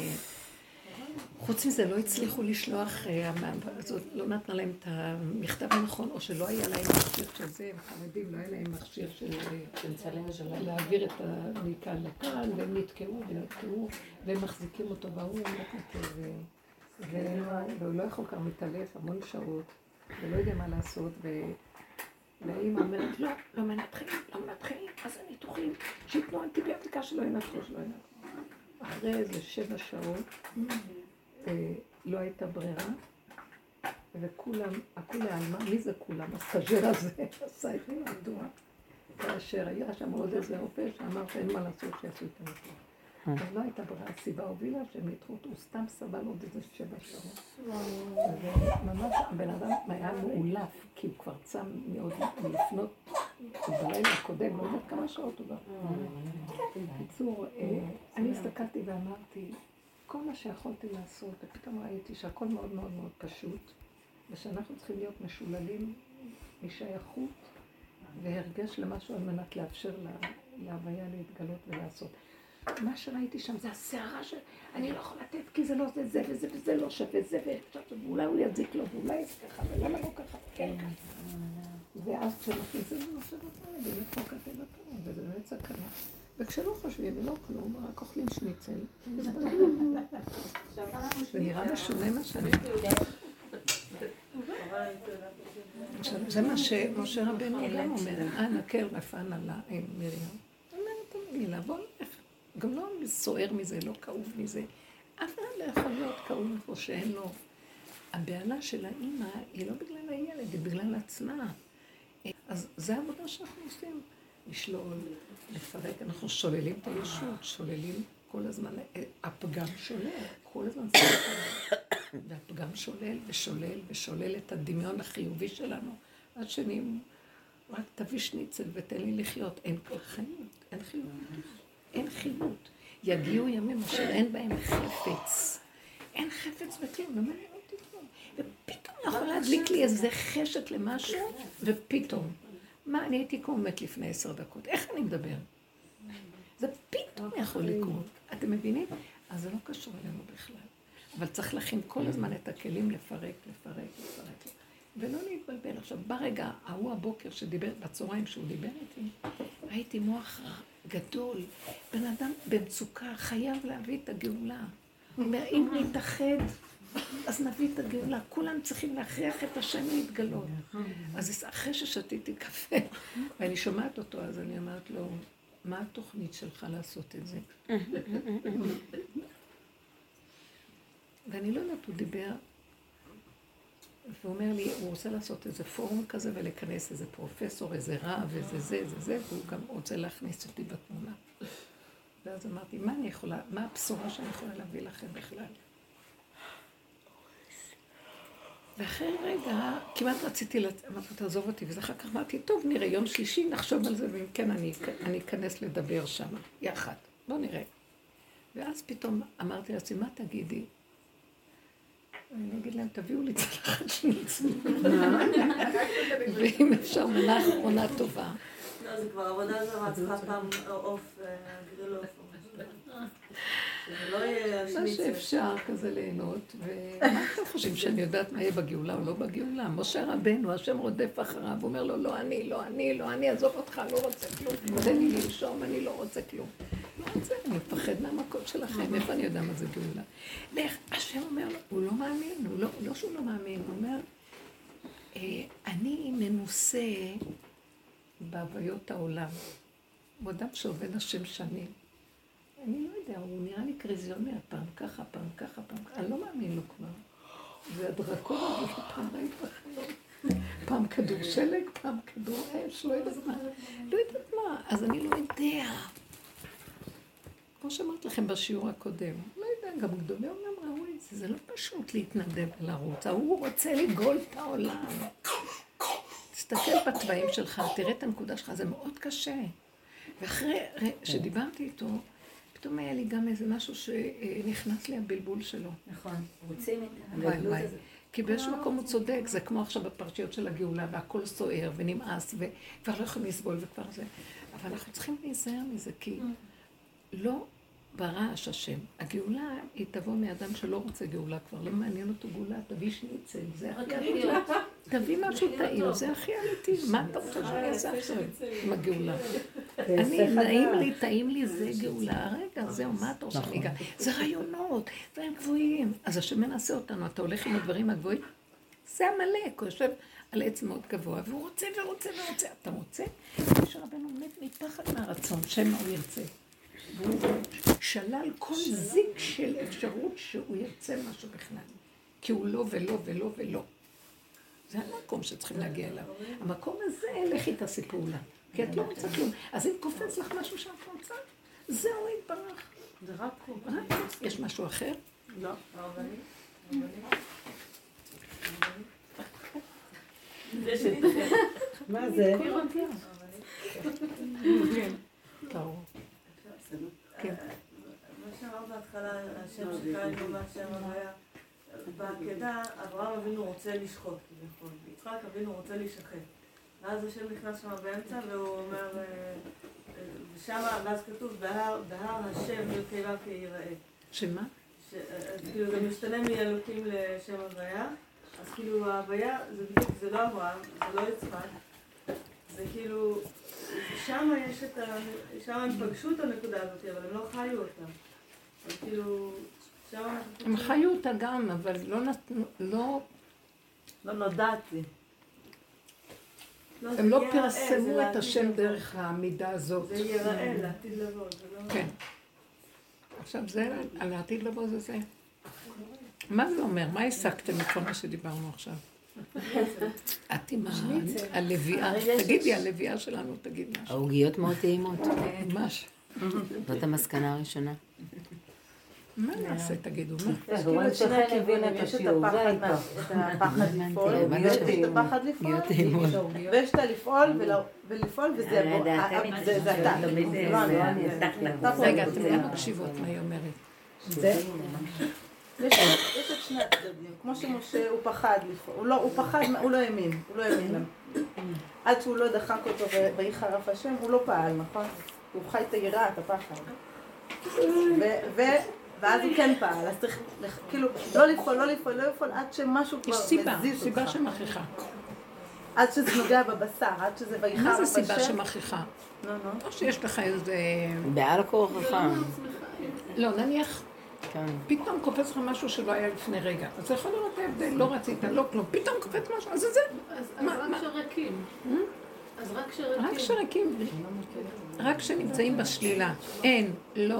וחוץ מזה לא הצליחו לשלוח, זאת לא נתנה להם את המכתב הנכון, או שלא היה להם מכשיר של זה, הם חרדים, לא היה להם מכשיר של להעביר את המכאן לכאן, והם נתקעו, והם מחזיקים אותו באור, והוא לא יכול כבר מתעלף המון שעות, ולא יודע מה לעשות, והאמא אומרת, לא מנתחים, אז הניתוחים, שיתנו אנטיביוטיקה שלא ינתחו. אחרי איזה 7 שעות, לא הייתה ברירה, וכולם, הכול העלמה, מי זה כולם? הסטאז'ר הזה עשה את המדוע, כאשר היה שם עוד איזה רופא שאמר שאין מה לעשות שיעשו את הניתוח. אז לא הייתה ברירה, הסיבה הובילה שהם ידחו אותו, הוא סתם סבל עוד איזה 7 שעות. וממש הבן אדם היה מאולף, כי הוא כבר צם מאוד מלפנות, בלילה הקודם, לא יודעת כמה שעות הוא בא. בקיצור, אני הסתכלתי ואמרתי, כל מה שיכולתי לעשות, ופתאום ראיתי שהכל מאוד מאוד מאוד פשוט, ושאנחנו צריכים להיות משוללים משייכות והרגש למשהו על מנת לאפשר להוויה להתגלות ולעשות. מה שראיתי שם זה הסערה שאני לא יכול לתת כי זה לא זה וזה וזה לא שווה זה ואולי הוא יזיק לו ואולי זה ככה ולמה לא ככה כן ואז כשמכניסים זה נושא בצלם באמת חוק הטבע טוב וזה באמת סכנה וכשלא חושבים ולא כלום רק אוכלים שניצל זה נראה משונה מה שאני זה מה שמשה רבנו גם אומר נקל רפן עלה מרים אומרת מילה בוא נלך גם לא סוער מזה, לא כאוב מזה. אף אחד לא יכול להיות כאוב איפה שאין לו. הבעלה של האמא היא לא בגלל הילד, היא בגלל עצמה. אז זה העבודה שאנחנו עושים. לשלול, לפרק, אנחנו שוללים את הישות, שוללים כל הזמן, הפגם שולל, כל הזמן זה והפגם שולל ושולל ושולל את הדמיון החיובי שלנו. עד שנים, רק תביא שניצל ותן לי לחיות. אין כל חיות, אין חיות. אין חיות. יגיעו ימים אשר אין בהם חפץ. אין חפץ בכלום, לא מעניין אותי כלום. ופתאום יכול להדליק לי איזה חשת למשהו, ופתאום. מה, אני הייתי כמו מת לפני 10 דקות. איך אני מדבר? זה פתאום יכול לקרות. אתם מבינים? אז זה לא קשור אלינו בכלל. אבל צריך להכין כל הזמן את הכלים לפרק. ולא להתבלבל. עכשיו, ברגע, ההוא הבוקר שדיבר, בצהריים שהוא דיבר איתי, ראיתי מוח גדול, בן אדם במצוקה, חייב להביא את הגאולה. הוא אומר, אם נתאחד, אז נביא את הגאולה. כולם צריכים להכריח את השם להתגלות. אז אחרי ששתיתי קפה, ואני שומעת אותו, אז אני אמרת לו, מה התוכנית שלך לעשות את זה? ואני לא יודעת, הוא דיבר, והוא אומר לי, הוא רוצה לעשות איזה פורום כזה ולכנס איזה פרופסור, איזה רב, איזה זה, והוא גם רוצה להכניס אותי בתמונה. ואז אמרתי, מה אני יכולה, מה הבשורה שאני יכולה להביא לכם בכלל? ואחרי רגע, כמעט רציתי, אמרתי, תעזוב אותי, וזה אחר כך אמרתי, טוב, נראה, יום שלישי נחשוב על זה, ואם כן, אני אכנס לדבר שם, יחד, בוא נראה. ואז פתאום אמרתי לעצמי, מה תגידי? אני אגיד להם, תביאו לי צלחת שניצל. ואם אפשר, מנה אחרונה טובה. לא, זה כבר עבודה זרה, צריכה פעם עוף, גריל עוף. זה לא יהיה שניצל. מה שאפשר כזה ליהנות, ומה אתם חושבים שאני יודעת מה יהיה בגאולה או לא בגאולה? משה רבנו, השם רודף אחריו, הוא אומר לו, לא אני, עזוב אותך, לא רוצה כלום. תן לי לנשום, אני לא רוצה כלום. לא רוצה, אני מפחד מהמכות שלכם, איפה אני יודע מה זה גאולה? ואיך, השם אומר לו, הוא לא מאמין, לא שהוא לא מאמין, הוא אומר, אני מנוסה בהוויות העולם. הוא אדם שעובד השם שנים. אני לא יודע, הוא נראה לי קריזיונר, פעם ככה, אני לא מאמין לו כבר. זה הדרקון הזה, פעם ראית בחלום. פעם כדור שלג, פעם כדור אש, לא יודעת מה. אז אני לא יודע. כמו שאמרת לכם בשיעור הקודם, לא יודע, גם גדולי עולם ראו את זה, זה לא פשוט להתנדב לרוץ, הוא רוצה לגאול את העולם. תסתכל בתוואים שלך, תראה את הנקודה שלך, זה מאוד קשה. ואחרי שדיברתי איתו, פתאום היה לי גם איזה משהו שנכנס לי הבלבול שלו. נכון, רוצים את הגדלות הזאת. כי באיזשהו מקום הוא צודק, זה כמו עכשיו בפרשיות של הגאולה, והכל סוער ונמאס, וכבר לא יכולים לסבול וכבר זה. אבל אנחנו צריכים להיזהר מזה, כי לא ברעש השם. הגאולה היא תבוא מאדם שלא רוצה גאולה כבר, לא מעניין אותו גאולה, תביא שניצל, זה הכי אמיתי. תביא משהו טעים, זה הכי אמיתי. מה אתה רוצה שאני אעשה עכשיו עם הגאולה? טעים לי, זה גאולה. רגע, זהו, מה אתה רוצה שאני אגע? זה רעיונות, דברים גבוהים. אז השם מנסה אותנו, אתה הולך עם הדברים הגבוהים? זה המלאק, הוא יושב על עץ מאוד גבוה, והוא רוצה ורוצה ורוצה. אתה רוצה? משה רבנו מת מפחד מהרצון, שמה הוא ירצה. והוא שלל כל זיק של אפשרות שהוא ירצה משהו בכלל. כי הוא לא ולא ולא ולא. זה המקום שצריכים להגיע אליו. המקום הזה, לכי תעשי פעולה. כי את לא רוצה כלום. אז אם קופץ לך משהו שאת רוצה, זהו יתברך. זה רק הוא. יש משהו אחר? לא. מה זה? כן. מה שאמר בהתחלה, השם שקראנו מהשם הוויה, בעקדה, אברהם אבינו רוצה לשחוט, כביכול, יצחק אבינו רוצה להישחט. ואז השם נכנס שם באמצע והוא אומר, ואז כתוב, בהר השם אלוקי כי ייראה. שמה? כאילו זה משתנה מאלוקים לשם הוויה, אז כאילו ההוויה זה בדיוק, זה לא אברהם, זה לא יצחק, זה כאילו, שם יש שם הם פגשו את הנקודה הזאת, אבל הם לא חיו אותה. אז כאילו, שם אנחנו... הם חיו אותה גם, אבל לא נתנו, לא נודעתי. הם לא פרסמו את השם דרך העמידה הזאת. זה ייראה לעתיד לבוא, זה לא... כן. עכשיו זה, על העתיד לבוא זה זה. מה זה אומר? מה הסקתם מכל מה שדיברנו עכשיו? את עם הלוויה, תגידי, הלוויה שלנו, תגיד משהו. העוגיות מאוד טעימות. ממש. זאת המסקנה הראשונה. מה נעשה, תגידו, מה? יש כאילו את שני הכיוונים, יש את הפחד לפעול, ויש את הפחד לפעול, ויש את הלפעול ולפעול, וזה אתה. רגע, אתם לא מקשיבות מה היא אומרת. יש את שני הצדדים, כמו שמשה הוא פחד לפעול, הוא פחד, הוא לא האמין, עד שהוא לא דחק אותו ויהי חרף השם, הוא לא פעל, נכון? הוא חי את היראה, את הפחד. ואז הוא כן פעל, אז צריך כאילו לא לפעול, עד שמשהו כבר מזיז אותך. יש סיבה שמכריחה. עד שזה נוגע בבשר, עד שזה ויהי חרף השם. מה זה סיבה שמכריחה? או שיש לך איזה... בעל כורחך. לא, נניח... כן. פתאום קופץ לך משהו שלא היה לפני רגע. אז זה יכול להיות ההבדל, לא רצית, לא כלום. פתאום קופץ משהו, אז זה. אז רק שרקים. אז רק שרקים. רק שרקים. רק שנמצאים בשלילה. אין, לא.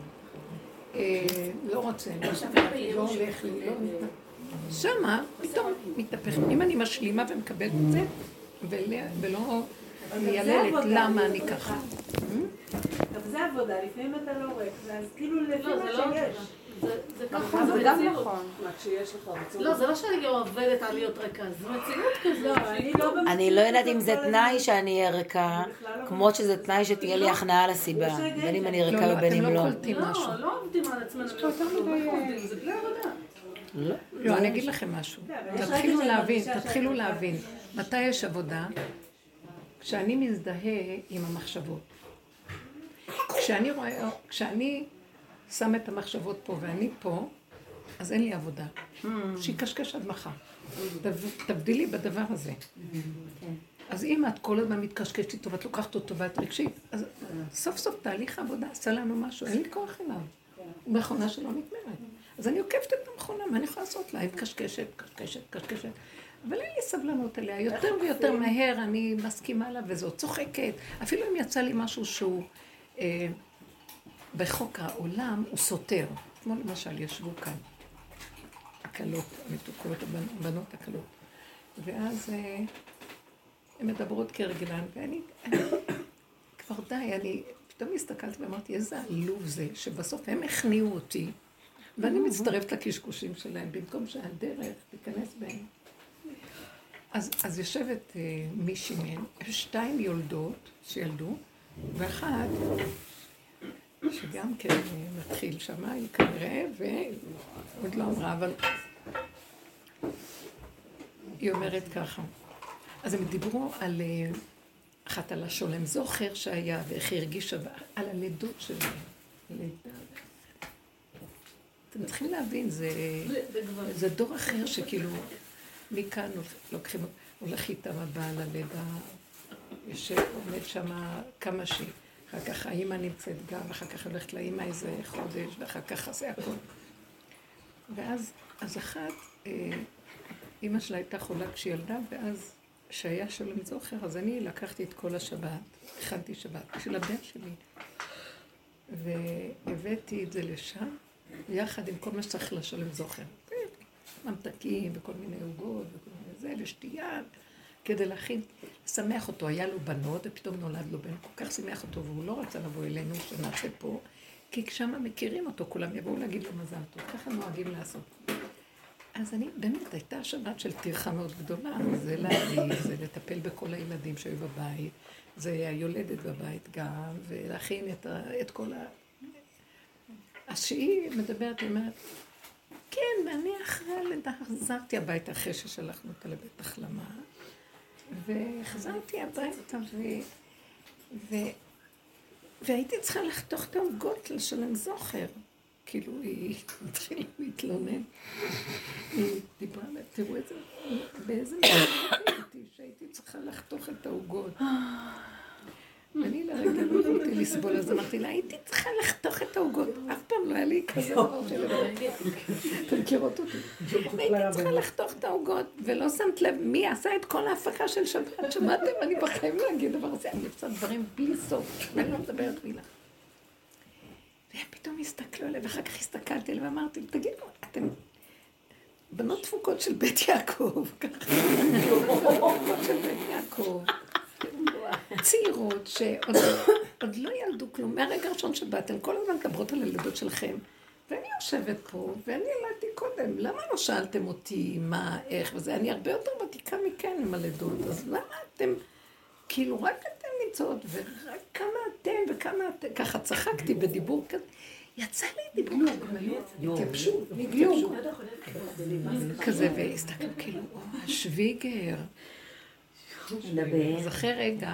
לא רוצה, לא הולך לי, לא... שמה, פתאום מתהפך. אם אני משלימה ומקבלת את זה, ולא מייללת למה אני ככה. אבל זה עבודה, לפעמים אתה לא ריק, אז כאילו לפי מה שיש. זה ככה, זה גם נכון. לא, זה לא שאני עובדת על להיות ריקה, זה מציאות כזאת. אני לא יודעת אם זה תנאי שאני אהיה ריקה, כמו שזה תנאי שתהיה לי הכנעה לסיבה, בין אם אני ריקה ובין אם לא. לא עובדים על עצמנו, זה בלי עבודה. לא, אני אגיד לכם משהו. תתחילו להבין. מתי יש עבודה? כשאני מזדהה עם המחשבות. כשאני שם את המחשבות פה ואני פה, אז אין לי עבודה. שיקשקש עד מחר. תבדילי בדבר הזה. אז אם את כל הזמן מתקשקשת איתו ואת לוקחת אותו ואת רגשית, אז סוף סוף תהליך העבודה עשה לנו משהו, אין לי כוח אליו. הוא מכונה שלא נגמרת. אז אני עוקבת את המכונה, מה אני יכולה לעשות לה? היא קשקשת. אבל אין לי סבלנות עליה. יותר ויותר מהר אני מסכימה לה וזאת צוחקת. אפילו אם יצא לי משהו שהוא בחוק העולם, הוא סותר. כמו למשל ישבו כאן הקלות, המתוקות, הבנות הקלות. ואז הן מדברות כרגלן, ואני כבר די, אני פתאום הסתכלתי ואמרתי, איזה עלוב זה, שבסוף הם הכניעו אותי, ואני מצטרפת לקשקושים שלהם, במקום שהדרך תיכנס בהם. אז יושבת מישהי מהן, 2 יולדות שילדו, ואחת, שגם כן מתחיל שמה, היא כנראה, ועוד לא אמרה, אבל היא אומרת ככה. אז הם דיברו על אחת על השולם זוכר שהיה, ואיך היא הרגישה, על הלידות שלהם. אתם צריכים להבין, זה דור אחר שכאילו, מכאן לוקחים, הולך איתם הבעל הלידה, עומד שם כמה שהיא. אחר כך האמא נמצאת גם, אחר כך הולכת לאמא איזה חודש, ואחר כך זה הכל. ואז אחת, אמא שלה הייתה חולה כשהיא ילדה, ואז שהיה שלום זוכר, אז אני לקחתי את כל השבת, הכנתי שבת בשביל הבן שלי, והבאתי את זה לשם, יחד עם כל מה שצריך לשלום זוכר. ממתקים וכל מיני עוגות וכל מיני זה, לשתייה, כדי להכין, לשמח אותו. היה לו בנות ופתאום נולד לו בן, כל כך שמח אותו, והוא לא רצה לבוא אלינו שנעשה פה, כי כשם מכירים אותו, כולם יבואו להגיד לו מזל טוב, ככה נוהגים לעשות. אז אני, באמת, הייתה שבת של טרחה מאוד גדולה, זה להביא, זה לטפל בכל הילדים שהיו בבית, זה היולדת בבית גם, ולהכין את כל ה... אז שהיא מדברת, היא אומרת, כן, ואני אחרי הלידה חזרתי הביתה אחרי ששלחנו אותה לבית החלמה, וחזרתי הביתה והייתי צריכה לחתוך את העוגות לשלם זוכר. כאילו, היא התחילה להתלונן. היא דיברה לה, תראו את זה, באיזה מקום הייתי שהייתי צריכה לחתוך את העוגות. אני לרגע לא יכולתי לסבול, אז אמרתי לה, הייתי צריכה לחתוך את העוגות. אף פעם לא היה לי כזה דבר של לבד. אתם מכירות אותי. הייתי צריכה לחתוך את העוגות, ולא שמת לב מי עשה את כל ההפקה של שבת. שמעתם? אני בחיים להגיד דבר הזה. אני עושה דברים בלי סוף, ואני לא מדברת מילה. והם פתאום הסתכלו עליהם, ואחר כך הסתכלתי עליהם ואמרתי, תגידו, אתם בנות דפוקות של בית יעקב, ככה, דפוקות של בית יעקב. צעירות שעוד לא ילדו כלום, מהרגע הראשון שבאתם, כל הזמן מדברות על הילדות שלכם, ואני יושבת פה, ואני ילדתי קודם, למה לא שאלתם אותי מה, איך וזה, אני הרבה יותר ותיקה מכן עם הלידות, אז למה אתם, כאילו רק אתם נמצאות, ורק כמה אתם וכמה אתם, ככה צחקתי בדיבור כזה, יצא לי דיבור, התייבשו, נגלוג, כזה, והסתכלו כאילו, שוויגר, אז אחרי רגע,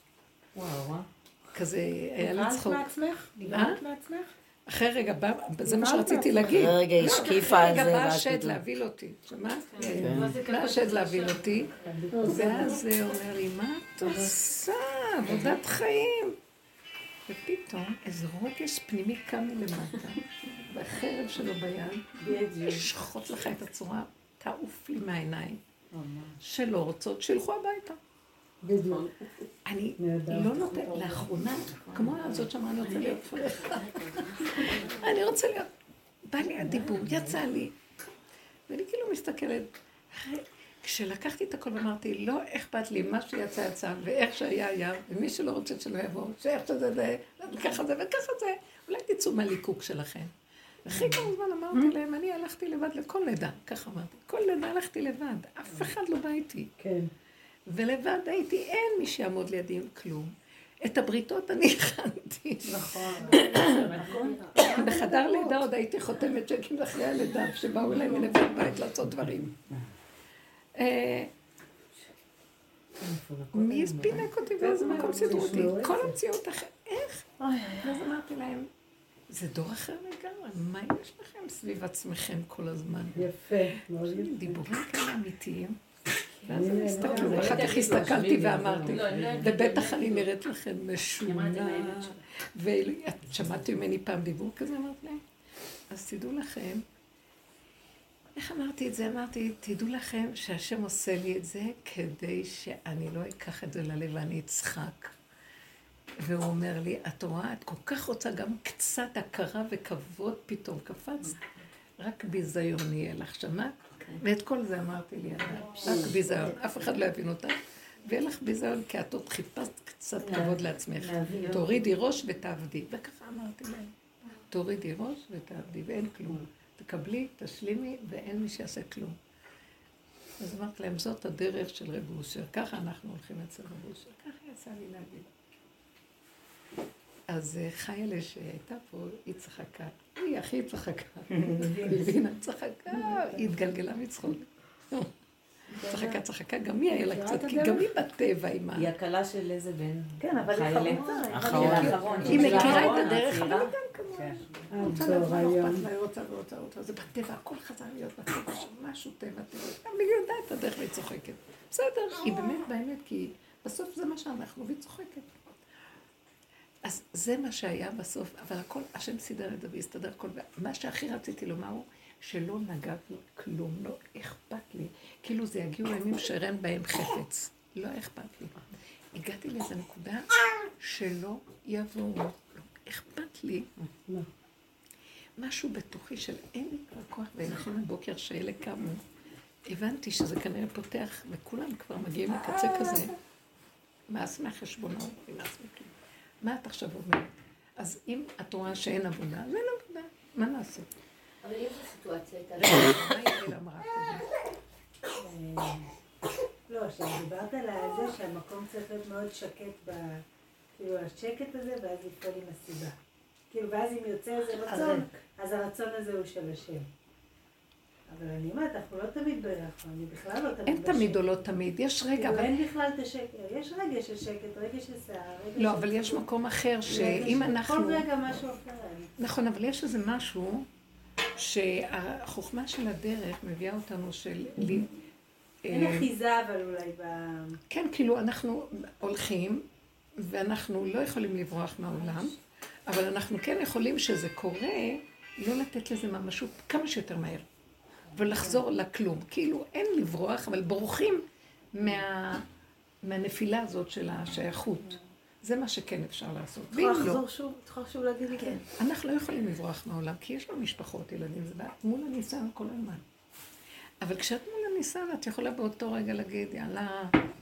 כזה, היה לי צחוק. נגרמת מעצמך? אחרי רגע, זה מה שרציתי להגיד. אחרי רגע השקיפה על זה. אחרי רגע בא השד להביל אותי, שמעת? בא השד להביל אותי, ואז הוא אומר לי, מה את עושה? עבודת חיים. ופתאום איזה רגש פנימי קם מלמטה, והחרב שלו ביד, ישחוט לך את הצורה, תעוף לי מהעיניים. שלא רוצות, שילכו הביתה. אני לא נותנת, לאחרונה, כמו הזאת שאמרה, אני רוצה להיות פרחה. אני רוצה להיות, בא לי הדיבור, יצא לי. ואני כאילו מסתכלת, כשלקחתי את הכל ואמרתי, לא אכפת לי, מה שיצא יצא, ואיך שהיה היה, ומי שלא רוצה שלא יבוא, שאיך שזה זה, וככה זה וככה זה, אולי תצאו מהליקוק שלכם. אחרי כמה זמן אמרתי להם, אני הלכתי לבד לכל לידה, ככה אמרתי, כל לידה הלכתי לבד, אף אחד לא בא איתי. כן. ולבד הייתי, אין מי שיעמוד לידי עם כלום. את הבריתות אני הכנתי. נכון. בחדר לידה עוד הייתי חותמת צ'קים אחרי הלידה, שבאו אליי מלבד בית לעשות דברים. מי הספינק אותי ואיזה מקום סידרו אותי? כל המציאות אחרת. איך? ואז אמרתי להם, זה דור אחר לגמרי, מה יש לכם סביב עצמכם כל הזמן? יפה. דיבורים כאלה אמיתיים. ואז אני הסתכלו, אחר כך הסתכלתי ואמרתי, ובטח אני נראית לכם משונה. ואת שמעתי ממני פעם דיבור כזה, אמרתי להם, אז תדעו לכם, איך אמרתי את זה? אמרתי, תדעו לכם שהשם עושה לי את זה כדי שאני לא אקח את זה ללב ואני אצחק. והוא אומר לי, את רואה, את כל כך רוצה גם קצת הכרה וכבוד פתאום קפץ, רק ביזיון יהיה לך, שמעת? ואת כל זה אמרתי לי, רק ביזיון, אף אחד לא יבין אותה, ויהיה לך ביזיון כי את עוד חיפשת קצת כבוד לעצמך. תורידי ראש ותעבדי, וככה אמרתי להם, תורידי ראש ותעבדי, ואין כלום. תקבלי, תשלימי, ואין מי שיעשה כלום. אז אמרתי להם, זאת הדרך של רב אושר, ככה אנחנו הולכים אצל רב אושר, ככה יצא לי להגיד. אז חיילה שהייתה פה, היא צחקה, היא הכי צחקה, לבינה צחקה, היא התגלגלה מצחוק. צחקה, גם היא היה לה קצת, כי גם היא בטבע עם ה... היא הקלה של איזה בן? כן, אבל היא האחרון. היא מכירה את הדרך, אבל היא גם כמובן. רוצה לבוא, היא רוצה. זה בטבע, הכל חזר להיות בטבע, משהו טבע. גם היא יודעת את הדרך והיא צוחקת. בסדר, היא באמת, כי בסוף זה מה שאנחנו, והיא צוחקת. אז זה מה שהיה בסוף, אבל הכל, השם סידר את זה והסתדר הכל, ומה שהכי רציתי לומר הוא, שלא נגע בי כלום, לא אכפת לי, כאילו זה יגיעו לימים שאין בהם חפץ, לא אכפת לי. הגעתי לאיזו נקודה שלא יבואו, לא אכפת לי. משהו בתוכי של אין לי כבר כוח, ולכן בבוקר שאלה קמו, הבנתי שזה כנראה פותח, וכולם כבר מגיעים לקצה כזה, מאס מהחשבונות, ומאס מכלום. מה את עכשיו אומרת? אז אם את רואה שאין עבודה, אז אין עבודה, מה נעשה? אבל אם זו סיטואציה הייתה... מה יעל אמרה קודם? לא, שדיברת על זה שהמקום צריך להיות מאוד שקט, כאילו השקט הזה, ואז לפעול עם הסיבה. כאילו, ואז אם יוצא איזה רצון, אז הרצון הזה הוא של השם. אבל אני אומרת, אנחנו לא תמיד ביחד, אני בכלל לא תמיד אין תמיד או לא תמיד, יש רגע, אבל... אין בכלל את השקט, יש רגע של שקט, רגע של שיער, רגע של... לא, אבל יש מקום אחר שאם אנחנו... כל רגע משהו אחר. נכון, אבל יש איזה משהו שהחוכמה של הדרך מביאה אותנו של... אין אחיזה אבל אולי ב... כן, כאילו אנחנו הולכים ואנחנו לא יכולים לברוח מהעולם, אבל אנחנו כן יכולים שזה קורה, לא לתת לזה ממשות כמה שיותר מהר. ולחזור לכלום. כאילו אין לברוח, אבל בורחים מהנפילה הזאת של השייכות. זה מה שכן אפשר לעשות. את יכולה לחזור שוב? את יכולה שוב להגיד לי? כן. אנחנו לא יכולים לברוח מהעולם, כי יש לנו משפחות, ילדים, זה מול הניסיון כל הזמן. אבל כשאת מול הניסיון, את יכולה באותו רגע להגיד, יאללה,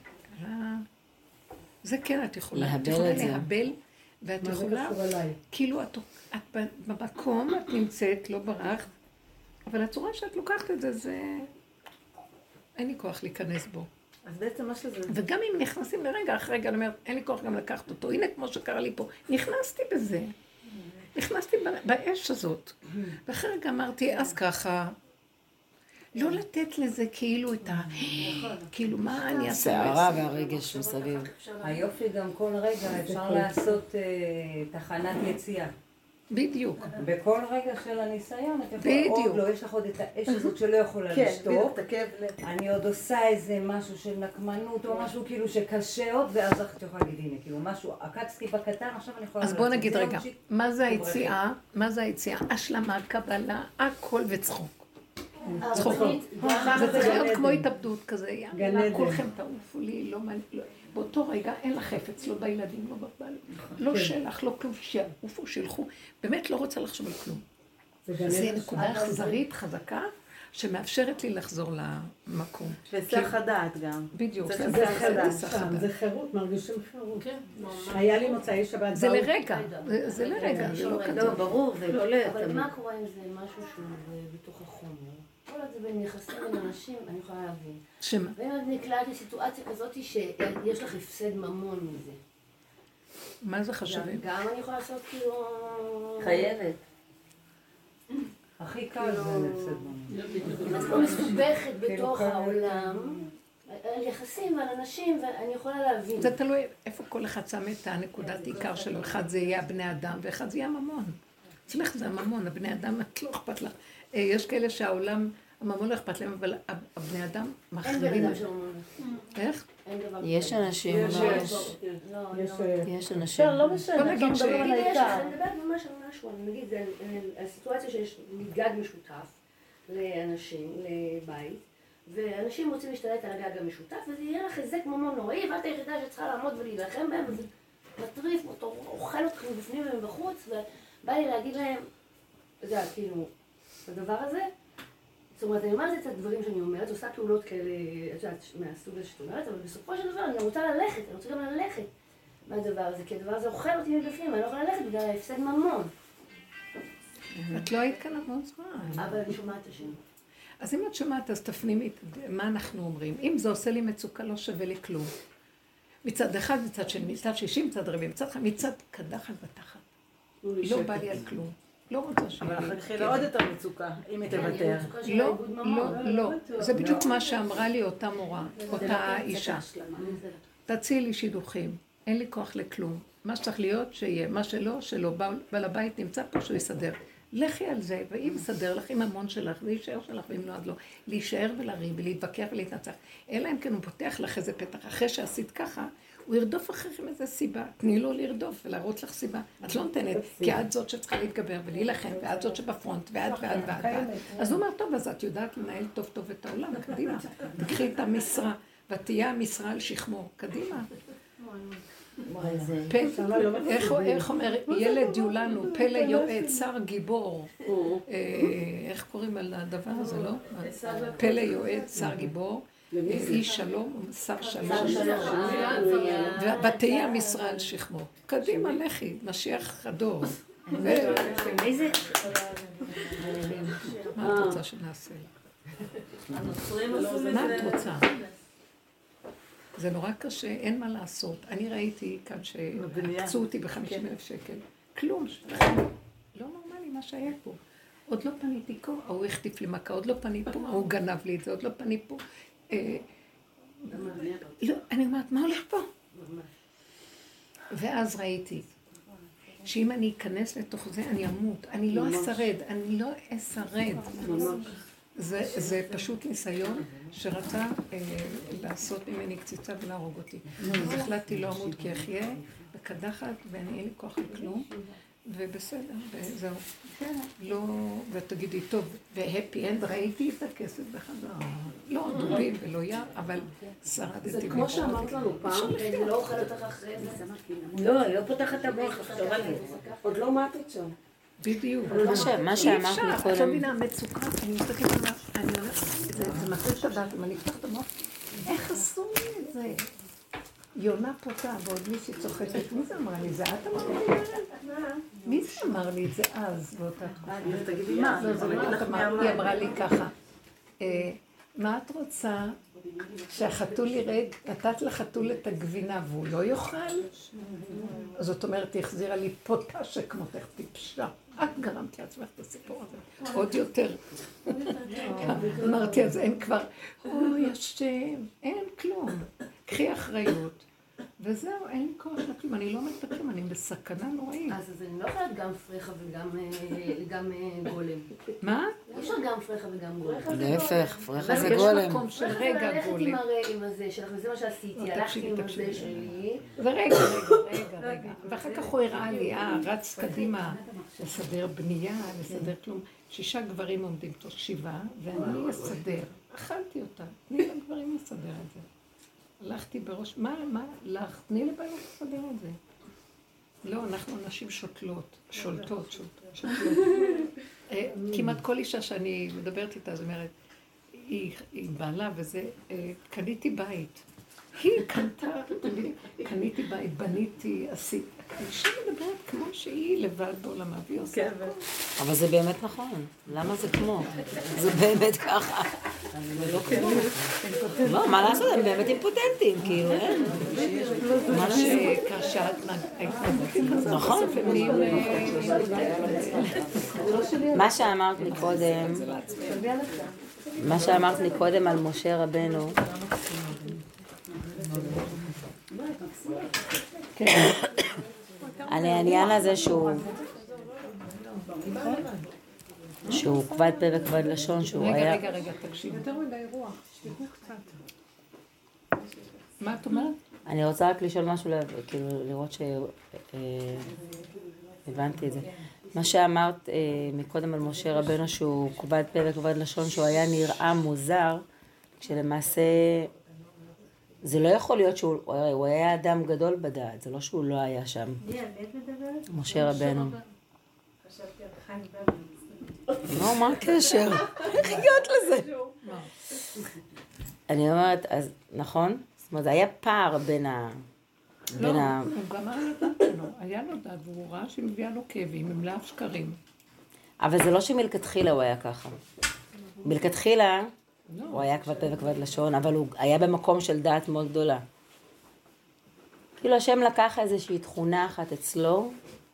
זה כן את יכולה. את יכולה להבל, ואת יכולה, כאילו את במקום, את נמצאת, לא ברחת, אבל הצורה שאת לוקחת את זה, זה... אין לי כוח להיכנס בו. אז בעצם מה שזה... וגם אם נכנסים לרגע אחרי רגע, אני אומרת, אין לי כוח גם לקחת אותו. הנה כמו שקרה לי פה. נכנסתי בזה. נכנסתי באש הזאת. ואחרי רגע אמרתי, אז ככה, לא לתת לזה כאילו את ה... כאילו, מה אני אעשה? שערה והרגש מסביב. היופי גם כל רגע אפשר לעשות תחנת יציאה. בדיוק. בכל רגע של הניסיון, את יכולה עוד לא, יש לך עוד את האש הזאת שלא יכולה לשתוק. אני עוד עושה איזה משהו של נקמנות או משהו כאילו שקשה עוד, ואז את יכולה להגיד, הנה, כאילו משהו, עקצתי בקטן, עכשיו אני יכולה... אז בוא נגיד רגע, מה זה היציאה? מה זה היציאה? השלמה, קבלה, הכל וצחוק. צחוק. זה צריך להיות כמו התאבדות כזה, כולכם תעופו לי, לא מעניין. באותו רגע אין לך חפץ, לא בילדים, לא בבעל, לא שלך, לא כלום, שיעופו, שילכו. באמת לא רוצה לחשוב על כלום. זה נקודה אכזרית, חזקה, שמאפשרת לי לחזור למקום. וסך הדעת גם. בדיוק. זה חירות, מרגישים חירות. היה לי מוצאי שבת. זה לרגע, זה לרגע, זה לא כזה. לא, ברור, זה לא לתמיד. אבל מה קורה אם זה משהו שהוא בתוך החומר? כל עוד זה בין יחסים בין אנשים, אני יכולה להבין. שמה? ואם את נקלעת לסיטואציה כזאת שיש לך הפסד ממון מזה. מה זה חשבים? גם אני יכולה לעשות כאילו... חייבת. הכי קל זה הפסד ממון. אם את לא מסובכת בתוך העולם, על יחסים ועל אנשים, ואני יכולה להבין. זה תלוי איפה כל אחד שם את הנקודת עיקר שלו. אחד זה יהיה הבני אדם, ואחד זה יהיה הממון. אצלך זה הממון, הבני אדם, את לא אכפת לך. יש כאלה שהעולם, הממון לא אכפת להם, אבל הבני אדם מחריבים. אין בן אדם של ממון. איך? יש אנשים ממש. יש אנשים. לא משנה, בוא נגיד אני מדברת ממש על משהו, אני נגיד, זה הסיטואציה שיש גג משותף לאנשים, לבית, ואנשים רוצים להשתלט על הגג המשותף, וזה יהיה לך חזק ממון נוראי, ואת היחידה שצריכה לעמוד ולהילחם בהם, וזה מטריף, אוכל אתכם בפנים ובחוץ, ובא לי להגיד להם, אתה יודע, כאילו, הדבר הזה, זאת אומרת, אני אומרת את הדברים שאני אומרת, עושה פעולות כאלה, את יודעת, מהסוג הזה שאת אומרת, אבל בסופו של דבר אני רוצה ללכת, אני רוצה גם ללכת מהדבר הזה, כי הדבר הזה אוכל אותי מבפנים, אני לא יכולה ללכת בגלל ההפסד ממון. את לא היית כאן המון זמן. אבל אני שומעת את השם. אז אם את שומעת, אז תפנימי מה אנחנו אומרים. אם זה עושה לי מצוקה, לא שווה לי כלום. מצד אחד, מצד שני, מצד שישי, מצד רביעי, מצד קדחת ותחת. לא בא לי על כלום. לא רוצה שיהיה לי. אבל אחר כך יהיה עוד יותר מצוקה, אם היא תוותר. לא, לא, לא. זה בדיוק מה שאמרה לי אותה מורה, אותה אישה. תציעי לי שידוכים, אין לי כוח לכלום. מה שצריך להיות, שיהיה. מה שלא, שלא. בעל הבית נמצא פה שהוא יסדר. לכי על זה, ואם יסדר לך עם המון שלך, זה יישאר שלך, ואם לא, אז לא. להישאר ולריב, ולהתווכח ולהתנצח. אלא אם כן הוא פותח לך איזה פתח. אחרי שעשית ככה, הוא ירדוף אחריכם איזה סיבה. תני לו לרדוף ולהראות לך סיבה. את לא נותנת, כי את זאת שצריכה להתגבר ולהילחם, ואת זאת שבפרונט, ואת. אז הוא אומר, טוב, אז את יודעת לנהל טוב טוב את העולם, קדימה. תקחי את המשרה, ותהיה המשרה על שכמו, קדימה. איך אומר, ילד יולנו, פלא יועץ, שר גיבור. איך קוראים על הדבר הזה, לא? פלא יועץ, שר גיבור. איש שלום ושר שלום. ותהי המשרה על שכמו. קדימה, לכי, משיח הדור. איזה... מה את רוצה שנעשה לה? מה את רוצה? זה נורא קשה, אין מה לעשות. אני ראיתי כאן שעקצו אותי ב50,000 שקל. כלום, לא נורמלי מה שהיה פה. עוד לא פניתי פה, הוא החטיף לי מכה, עוד לא פני פה, הוא גנב לי את זה, עוד לא פני פה. לא, אני אומרת, מה הולך פה? ואז ראיתי שאם אני אכנס לתוך זה, אני אמות. אני לא אשרד, אני לא אשרד. זה פשוט ניסיון שרצה לעשות ממני קציצה ולהרוג אותי. אז החלטתי לא אמות כי אחיה בקדחת ואין לי כוח על כלום. ובסדר, וזהו. לא, ותגידי, טוב, והפי אנד, ראיתי את הכסף בחזרה. לא דובים ולא יער, אבל שרדתי. זה כמו שאמרת לנו פעם, אני לא אוכלת אותך אחרי זה. לא, אני לא פותחת את המוח, תחשוב על זה. עוד לא מתת שם. בדיוק. מה שאמרת את לא מקודם. מבינה, המצוקה, אני מסתכלת עליו, אני אומרת, זה מטריד את הדעת, אם אני אפתח את המוח, איך עשו לי את זה? יונה פותה, ועוד מישהי צוחקת, מי זה אמרה לי? זה את אמרת לי? מי זה אמר לי את זה אז, באותה תקופה? מה? היא אמרה לי ככה, מה את רוצה שהחתול ירד, נתת לחתול את הגבינה והוא לא יאכל? זאת אומרת, היא החזירה לי פותה שכמותך טיפשה. את גרמת לעצמך את הסיפור הזה. עוד יותר. אמרתי, אז אין כבר, אוי השם, אין כלום. קחי אחריות. וזהו, אין לי כוח לכלום, אני לא מתקם, אני בסכנה נוראית. אז אני לא יכולת גם פרחה וגם גולם. מה? אי אפשר גם פרחה וגם גולם. להפך, פרחה זה גולם. יש מקום של רגע גולם. ללכת עם הזה שלך, וזה מה שעשיתי, הלכתי עם הזה שלי. ורגע. ואחר כך הוא הראה לי, רץ קדימה, לסדר בנייה, לסדר כלום. 6 גברים עומדים פה 7, ואני אסדר. אכלתי אותה, תני לגברים לסדר את זה. הלכתי בראש, מה לך? תני לבעלות לסדר את זה. לא, אנחנו נשים שולטות. כמעט כל אישה שאני מדברת איתה, זאת אומרת, היא בעלה וזה, קניתי בית. היא קנתה, קניתי בית, בניתי, עשיתי. האישה מדברת כמו שהיא לבד בעולמה, והיא עושה הכל. אבל זה באמת נכון. למה זה כמו? זה באמת ככה. לא, מה לעשות? הם באמת אימפוטנטים, כאילו, אין. מה שקרשת ההתנגדות. נכון. מה שאמרת מקודם על משה רבנו, על העניין הזה שהוא כבד פה וכבד לשון, שהוא היה... רגע, תקשיב. יותר מדי רוח, שתיקו קצת. מה את אומרת? אני רוצה רק לשאול משהו, כאילו לראות שהבנתי את זה. מה שאמרת מקודם על משה רבנו שהוא כבד פה וכבד לשון, שהוא היה נראה מוזר, כשלמעשה זה לא יכול להיות שהוא היה אדם גדול בדעת, זה לא שהוא לא היה שם. מי, על מי את מדברת? משה רבנו. חשבתי על חיים בבא. לא, מה הקשר? איך הגעת לזה? אני אומרת, אז נכון? זאת אומרת, זה היה פער בין לא, הוא גם היה לדעת שלו, היה לו דעת, והוא ראה שהיא מביאה לו כאבים, עם לאף שקרים. אבל זה לא שמלכתחילה הוא היה ככה. מלכתחילה הוא היה כבד פה וכבד לשון, אבל הוא היה במקום של דעת מאוד גדולה. כאילו השם לקח איזושהי תכונה אחת אצלו,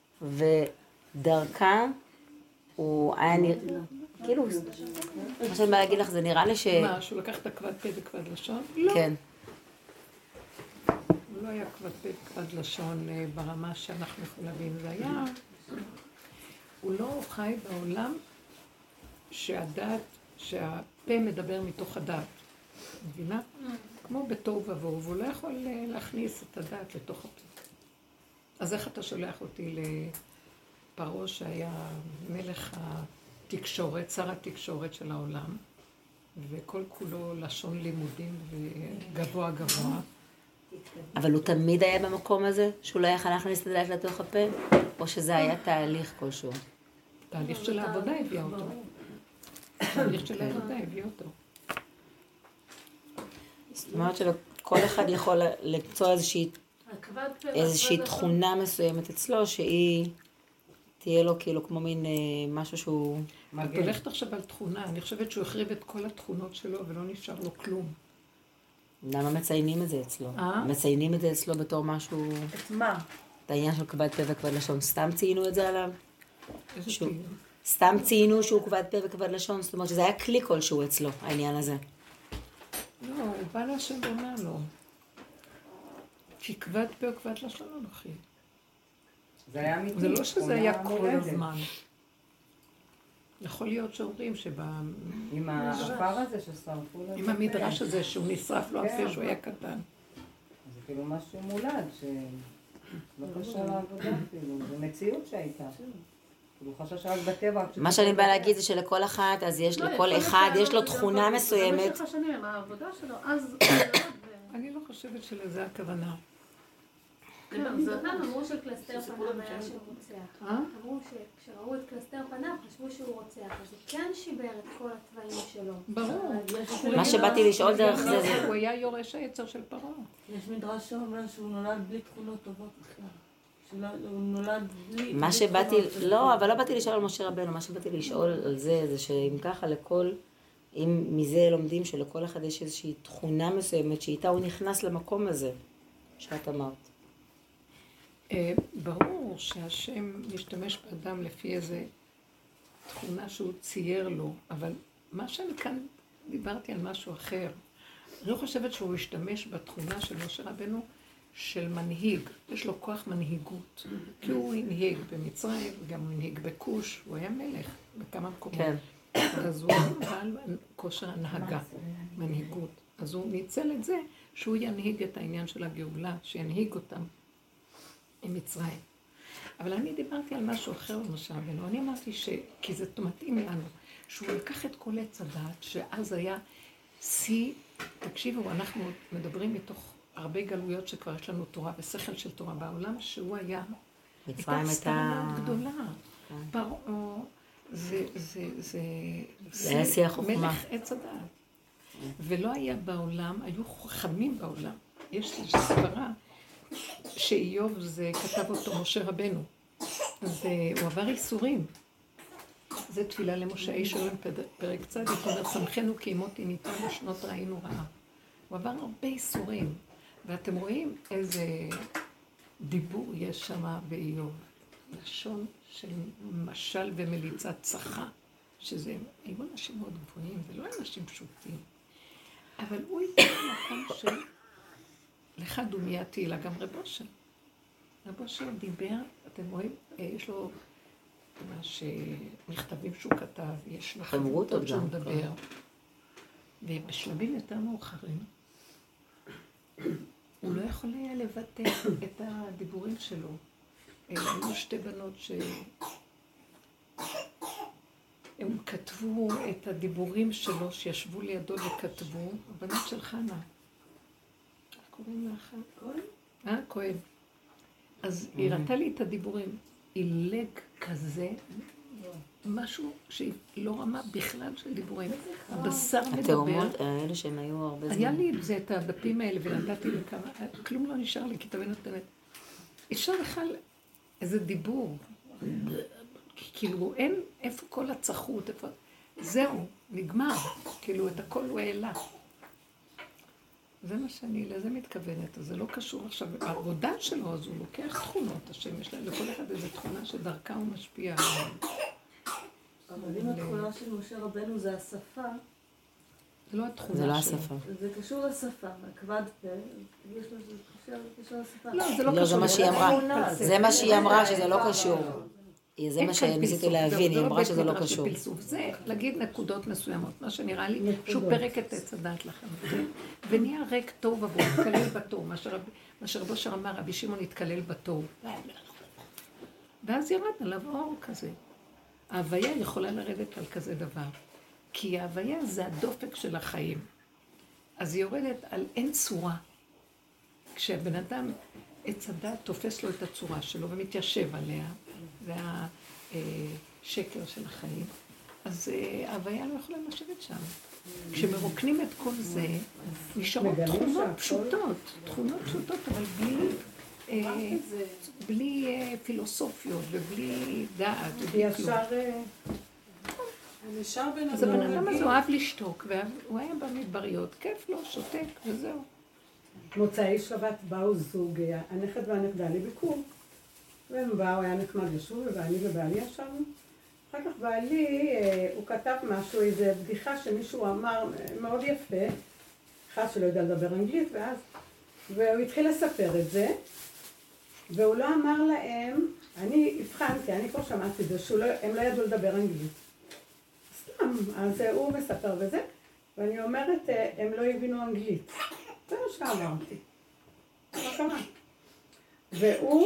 ודרכה הוא היה נראה, כאילו, מה שאני באה להגיד לך, זה נראה לי מה, שהוא לקח את הכבד פה וכבד לשון? לא. כן. הוא לא היה כבד פה וכבד לשון ברמה שאנחנו יכולים להבין. זה היה... הוא לא חי בעולם שהדעת, שהפה מדבר מתוך הדעת. מבינה? כמו בתוהו ובוהו, והוא לא יכול להכניס את הדעת לתוך הפה. אז איך אתה שולח אותי לפרעה שהיה מלך התקשורת, שר התקשורת של העולם, וכל כולו לשון לימודים וגבוה גבוה. אבל הוא תמיד היה במקום הזה, שהוא לא יכל להכניס את הדעת לתוך הפה, או שזה היה תהליך כלשהו? תהליך של העבודה הביא אותו. תהליך של העבודה הביא אותו. זאת אומרת שכל אחד יכול למצוא איזושהי תכונה מסוימת אצלו, שהיא תהיה לו כאילו כמו מין משהו שהוא... את הולכת עכשיו על תכונה, אני חושבת שהוא החריב את כל התכונות שלו ולא נשאר לו כלום. למה מציינים את זה אצלו? מציינים את זה אצלו בתור משהו... את מה? את העניין של כבד פה וכבד לשון. סתם ציינו את זה עליו? סתם ציינו שהוא כבד פה וכבד לשון, זאת אומרת שזה היה כלי כלשהו אצלו, העניין הזה. לא, הוא בא להשם ואומר לו. כי כבד פה וכבד לשון אנוכי. זה היה אמיתי. זה לא שזה היה כל הזמן. יכול להיות שאומרים עם השפר הזה ששרפו לו. עם המדרש הזה שהוא נשרף לו הפה שהוא היה קטן. זה כאילו משהו מולד, שלא קשה לעבודה אפילו, זו מציאות שהייתה. כאילו חשש רק בטבע. מה שאני באה להגיד זה שלכל אחת, אז יש לכל אחד, יש לו תכונה מסוימת. במשך השנים, העבודה שלו, אז... אני לא חושבת שלזה הכוונה. במזרחם אמרו שקלסתר פניו היה שהוא רוצח. אמרו שכשראו את קלסתר פניו חשבו שהוא רוצח, אז הוא כן שיבר את כל התוואים שלו. ברור. מה שבאתי לשאול דרך זה... הוא היה יורש היצר של פרעה. יש מדרש שאומר שהוא נולד בלי תכונות טובות בכלל. הוא נולד בלי... מה שבאתי... לא, אבל לא באתי לשאול על משה רבנו, מה שבאתי לשאול על זה שאם ככה לכל... אם מזה לומדים שלכל אחד יש איזושהי תכונה מסוימת שאיתה הוא נכנס למקום הזה, שאת אמרת. ברור שהשם משתמש באדם לפי איזה תכונה שהוא צייר לו, אבל מה שאני כאן דיברתי על משהו אחר. אני לא חושבת שהוא השתמש בתכונה של משה רבנו של מנהיג. יש לו כוח מנהיגות, כי הוא הנהיג במצרים, וגם הוא הנהיג בכוש, הוא היה מלך בכמה מקומות. כן. אז הוא בעל כושר הנהגה, מנהיגות. אז הוא ניצל את זה שהוא ינהיג את העניין של הגאולה, שינהיג אותם. עם מצרים. אבל אני דיברתי על משהו אחר במשה רבנו. אני אמרתי כי זה מתאים לנו, שהוא לקח את כל עץ הדעת, שאז היה שיא, תקשיבו, אנחנו מדברים מתוך הרבה גלויות שכבר יש לנו תורה ושכל של תורה בעולם, שהוא היה מצרים סתירה מאוד גדולה. פרעה, זה מלך עץ הדעת. ולא היה בעולם, היו חכמים בעולם. יש סברה, שאיוב זה כתב אותו משה רבנו, והוא עבר איסורים. זה תפילה למשה איש אלוהים פרק צדיק, הוא אומר, שמחנו כי אימותי ניתן לשנות ראינו רעה. הוא עבר הרבה איסורים, ואתם רואים איזה דיבור יש שם באיוב. לשון של משל ומליצת צחה, שזה, היו אנשים מאוד גבוהים, ולא אנשים פשוטים. אבל הוא הגיע למקום של... לך דומיה תהילה, גם רב אושר. רב אושר דיבר, אתם רואים, יש לו מכתבים שהוא כתב, יש לו חברותות שהוא מדבר. ובשלבים יותר מאוחרים, הוא לא יכול היה לבטא את הדיבורים שלו. היו שתי בנות הם כתבו את הדיבורים שלו, שישבו לידו וכתבו, הבנות של חנה. קוראים לך? כהן? כהן. אז היא ראתה לי את הדיבורים. עילג כזה, משהו שהיא לא רמה בכלל של דיבורים. הבשר מדבר. התאומות האלה שהם היו הרבה זמן. היה לי זה את הדפים האלה ונתתי לכמה, כלום לא נשאר לי, כי תבין את האמת. אפשר בכלל איזה דיבור. כאילו אין, איפה כל הצחות, איפה... זהו, נגמר. כאילו את הכל הוא העלה. זה מה שאני, לזה מתכוונת, אז זה לא קשור עכשיו, העבודה שלו, אז הוא לוקח תכונות, השם יש לכל אחד איזו תכונה שדרכה הוא משפיע. אבל אם התכונה של משה רבנו זה השפה, זה לא התכונה שלו. זה לא השפה. זה קשור לשפה, הכבד פה, יש לו קשור לשפה. לא, זה לא קשור. זה מה שהיא אמרה, זה מה שהיא אמרה שזה לא קשור. זה מה שניסיתי להבין, היא אמרה שזה לא קשור. זה להגיד נקודות מסוימות, מה שנראה לי שהוא פרק את עץ הדעת לכם. ונהיה ריק טוב עבור, התקלל בתור, מה שרב אושר אמר, רבי שמעון התקלל בתור. ואז ירד עליו אור כזה. ההוויה יכולה לרדת על כזה דבר. כי ההוויה זה הדופק של החיים. אז היא יורדת על אין צורה. כשהבן אדם, עץ הדעת תופס לו את הצורה שלו ומתיישב עליה, זה השקר של החיים. אז ההוויה לא יכולה לשבת שם. כשמרוקנים את כל זה, נשארות תכונות פשוטות, אבל בלי פילוסופיות ובלי דעת. אז הבן אדם הזה אוהב לשתוק, והוא היה במדבריות, כיף לו, שותק וזהו. מוצאי שבת באו זוג, הנכד והנכדה לביקור, והם באו, היה נחמד לשוב, ואני ובעלי ישבנו. אחר כך בעלי, הוא כתב משהו, איזו בדיחה שמישהו אמר מאוד יפה, אחד שלא יודע לדבר אנגלית, והוא התחיל לספר את זה, והוא לא אמר להם, אני הבחנתי, אני כבר שמעתי את זה, שהם לא ידעו לדבר אנגלית. סתם, אז הוא מספר בזה, ואני אומרת, הם לא הבינו אנגלית. זה מה שאמרתי. מה קרה? והוא,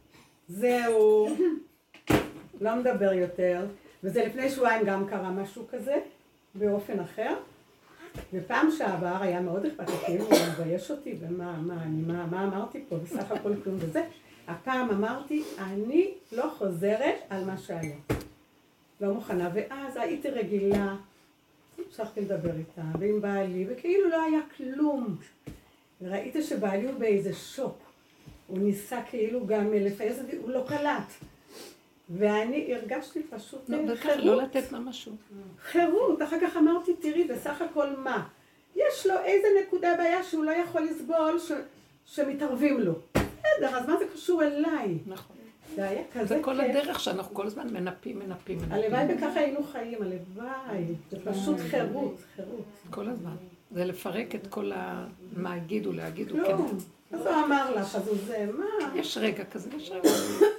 זהו, לא מדבר יותר, וזה לפני שבועיים גם קרה משהו כזה, באופן אחר, ופעם שעבר היה מאוד אכפת אותי, הוא מבייש אותי, ומה אמרתי פה, בסך הכל כלום וזה. הפעם אמרתי, אני לא חוזרת על מה שהיה. לא מוכנה, ואז הייתי רגילה, המשכתי לדבר איתה, ועם בעלי, וכאילו לא היה כלום. וראיתי שבעלי הוא באיזה שוק. הוא ניסה כאילו גם לפייס אותי, הוא לא קלט. ואני הרגשתי פשוט חירות. לא לתת לה משהו. חירות, אחר כך אמרתי, תראי, בסך הכל מה? יש לו איזה נקודה בעיה שהוא לא יכול לסבול שמתערבים לו. בסדר, אז מה זה קשור אליי? נכון. זה היה כזה זה כל הדרך שאנחנו כל הזמן מנפים. הלוואי וככה היינו חיים, הלוואי. זה פשוט חירות. כל הזמן. זה לפרק את כל מה יגידו, להגידו. לא, אז הוא אמר לך, אז הוא זה, מה? יש רגע כזה, יש רגע.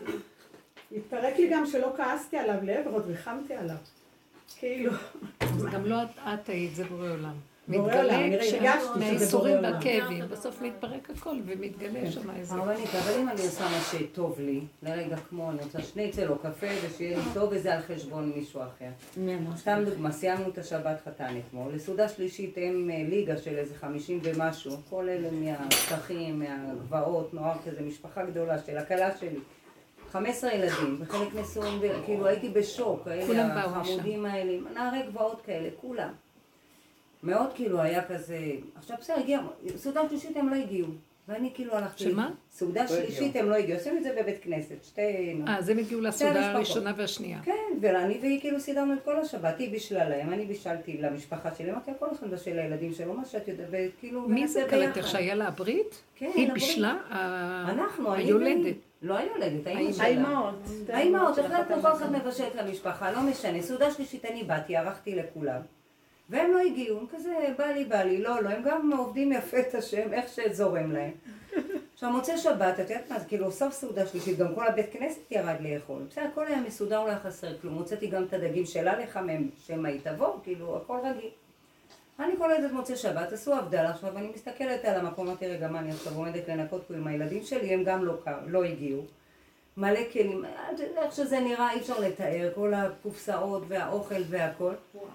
התפרק לי גם שלא כעסתי עליו, לעברות, ריחמתי עליו. כאילו. אז גם לא את היית, זה בורא עולם. מתגלה מהאיסורים והכאבים, בסוף מתפרק הכל ומתגלה שם איזה. אבל אם אני עושה מה שטוב לי, לרגע כמו אני רוצה שניצל או קפה ושיהיה לי טוב וזה על חשבון מישהו אחר. סתם דוגמה, סיימנו את השבת חתן אתמול, לסעודה שלישית הם ליגה של איזה 50 ומשהו, כל אלה מהשטחים, מהגבעות, נוער כזה, משפחה גדולה של הכלה שלי. 15 ילדים, וחלק נשואים, כאילו הייתי בשוק, האלה החמודים האלה, נערי גבעות כאלה, כולם. מאוד כאילו היה כזה, עכשיו בסדר, הגיע, סעודה שלישית הם לא הגיעו, ואני כאילו הלכתי... שמה? סעודה שלישית הם לא הגיעו, עשינו את זה בבית כנסת, שתי... אז הם הגיעו לסעודה הראשונה והשנייה. כן, ואני והיא כאילו סידרנו את כל השבת, היא בישלה להם, אני בישלתי למשפחה שלי, אמרתי, הכל אחד בשל לילדים שלו, מה שאת יודעת, וכאילו... מי זה קלטך, שהיה לה הברית? כן, היא בישלה? אנחנו, היולדת. לא היולדת, האמא שלה. האימהות. האימהות, החלטנו כל אחד מבשלת למשפחה, לא משנה, סעודה שלישית אני באתי, ערכתי לכולם. והם לא הגיעו, כזה בא לי, לא, הם גם עובדים יפה את השם, איך שזורם להם. עכשיו מוצא שבת, את יודעת מה, זה כאילו סוף סעודה שלישית, גם כל הבית כנסת ירד לאכול. בסדר, הכל היה מסודר, לא היה חסר כלום, מוצאתי גם את הדגים שלה לחמם, שמה היא תבוא, כאילו הכל רגיל. אני קולטת מוצא שבת, עשו הבדלה, עכשיו אני מסתכלת על המקום, אמרתי רגע, מה אני עכשיו עומדת לנקות פה עם הילדים שלי, הם גם לא הגיעו. מלא כלים, איך שזה נראה, אי אפשר לתאר, כל הקופסאות והאוכל והכל.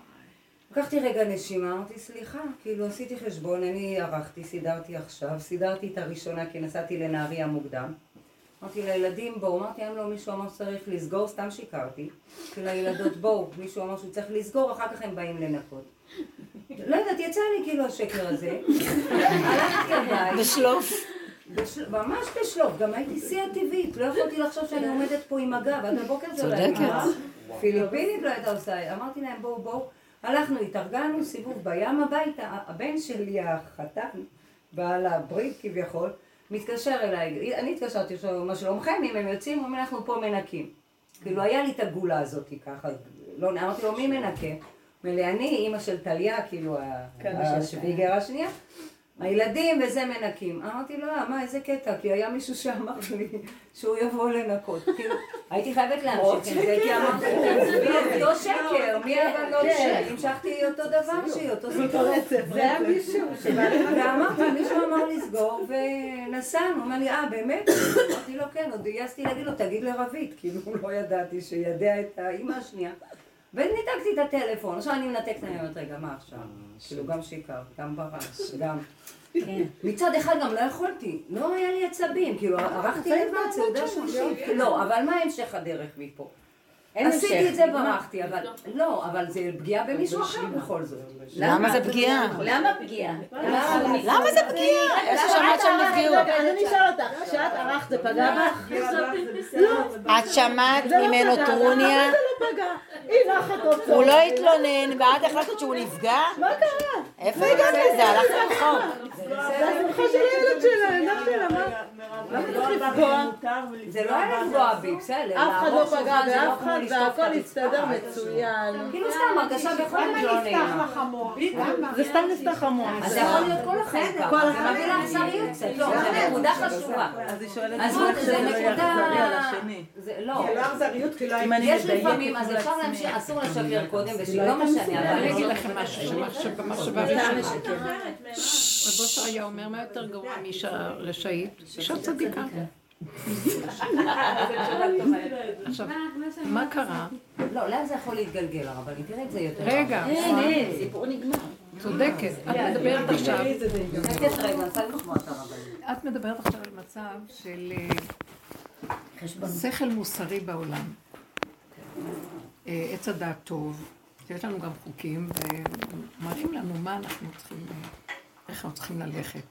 לקחתי רגע נשימה, אמרתי סליחה, כאילו עשיתי חשבון, אני ערכתי, סידרתי את הראשונה כי נסעתי לנהריה מוקדם. אמרתי לילדים בואו, אמרתי להם לא, מישהו אמר שצריך לסגור, סתם שיקרתי. כי לילדות בואו, מישהו אמר שהוא צריך לסגור, אחר כך הם באים לנקות. לא יודעת, יצא לי כאילו השקר הזה. הלכתי הבית. בשלוף. ממש בשלוף, גם הייתי שיא הטבעית, לא יכולתי לחשוב שאני עומדת פה עם הגב, עד הבוקר זה לא הייתה. פיליפינית לא הייתה עושה, אמרתי להם בואו. הלכנו, התארגנו, סיבוב בים הביתה, הבן שלי החתן, בעל הברית כביכול, מתקשר אליי, אני התקשרתי מה שלומכם, אם הם יוצאים, אנחנו פה מנקים. כאילו היה לי את הגולה הזאת ככה, לא, אמרתי לו מי מנקה? אני, אימא של טליה, כאילו השוויגר השנייה, הילדים וזה מנקים. אמרתי לו, מה, איזה קטע? כי היה מישהו שאמר לי שהוא יבוא לנקות. כאילו, הייתי חייבת להמשיך עם זה, כי אמרתי, מי אותו שקר, מי אבל לא שקר. המשכתי אותו דבר שהיא, אותו סיפור. זה היה מישהו שבא ואמרתי, מישהו אמר לסגור, ונסענו. הוא אמר לי, באמת? אמרתי לו, כן, עוד גייסתי להגיד לו, תגיד לרבית, כאילו לא ידעתי שידע את האמא השנייה. וניתקתי את הטלפון, עכשיו אני מנתקת, אני אומרת, רגע, מה עכשיו? כאילו גם שיקר, גם ברש, גם... מצד אחד גם לא יכולתי, לא היה לי עצבים, כאילו ערכתי לבד, סעודה שלישית. לא, אבל מה המשך הדרך מפה? עשיתי את זה, ברחתי, אבל לא, אבל זה פגיעה במישהו אחר בכל זאת. למה זה פגיעה? למה פגיעה? למה זה פגיעה? איך שמעת שהם נפגעו? אני אשאל אותך, כשאת ערכת זה פגע בך? את שמעת ממנו טרוניה? הוא לא התלונן, ואת החלטת שהוא נפגע? מה קרה? איפה הגעת לזה? הלכת רחוק. זה השמחה של הילד שלה, העינך שלה, מה צריך לפגוע? זה לא היה לפגוע בי, בסדר. אף אחד לא פגע באף אחד והכל הסתדר מצוין. כאילו סתם, הרגשה בכל מתלונן. זה סתם נפתח המוח. אז זה יכול להיות כל החיים ככה, זה מביא לאכזריות קצת, לא, זה נקודה חשובה. אז היא שואלת איך זה לא יהיה אכזרי על השני. לא. זה לא אכזריות, כאילו יש לפעמים, אז אפשר להמשיך, אסור לשבר קודם ושלא משנה, אבל אני אגיד לכם משהו, במחשבה ראשונה. רבו שהיה אומר, מה יותר גרוע מאישה רשאית? אישה צדיקה. עכשיו, מה קרה? לא, לאן זה יכול להתגלגל, אבל תראה את זה יותר. רגע, סיפור נגמר. צודקת, את מדברת עכשיו. את מדברת עכשיו על מצב של שכל מוסרי בעולם. עץ הדעת טוב, יש לנו גם חוקים ומראים לנו מה אנחנו צריכים, איך אנחנו צריכים ללכת.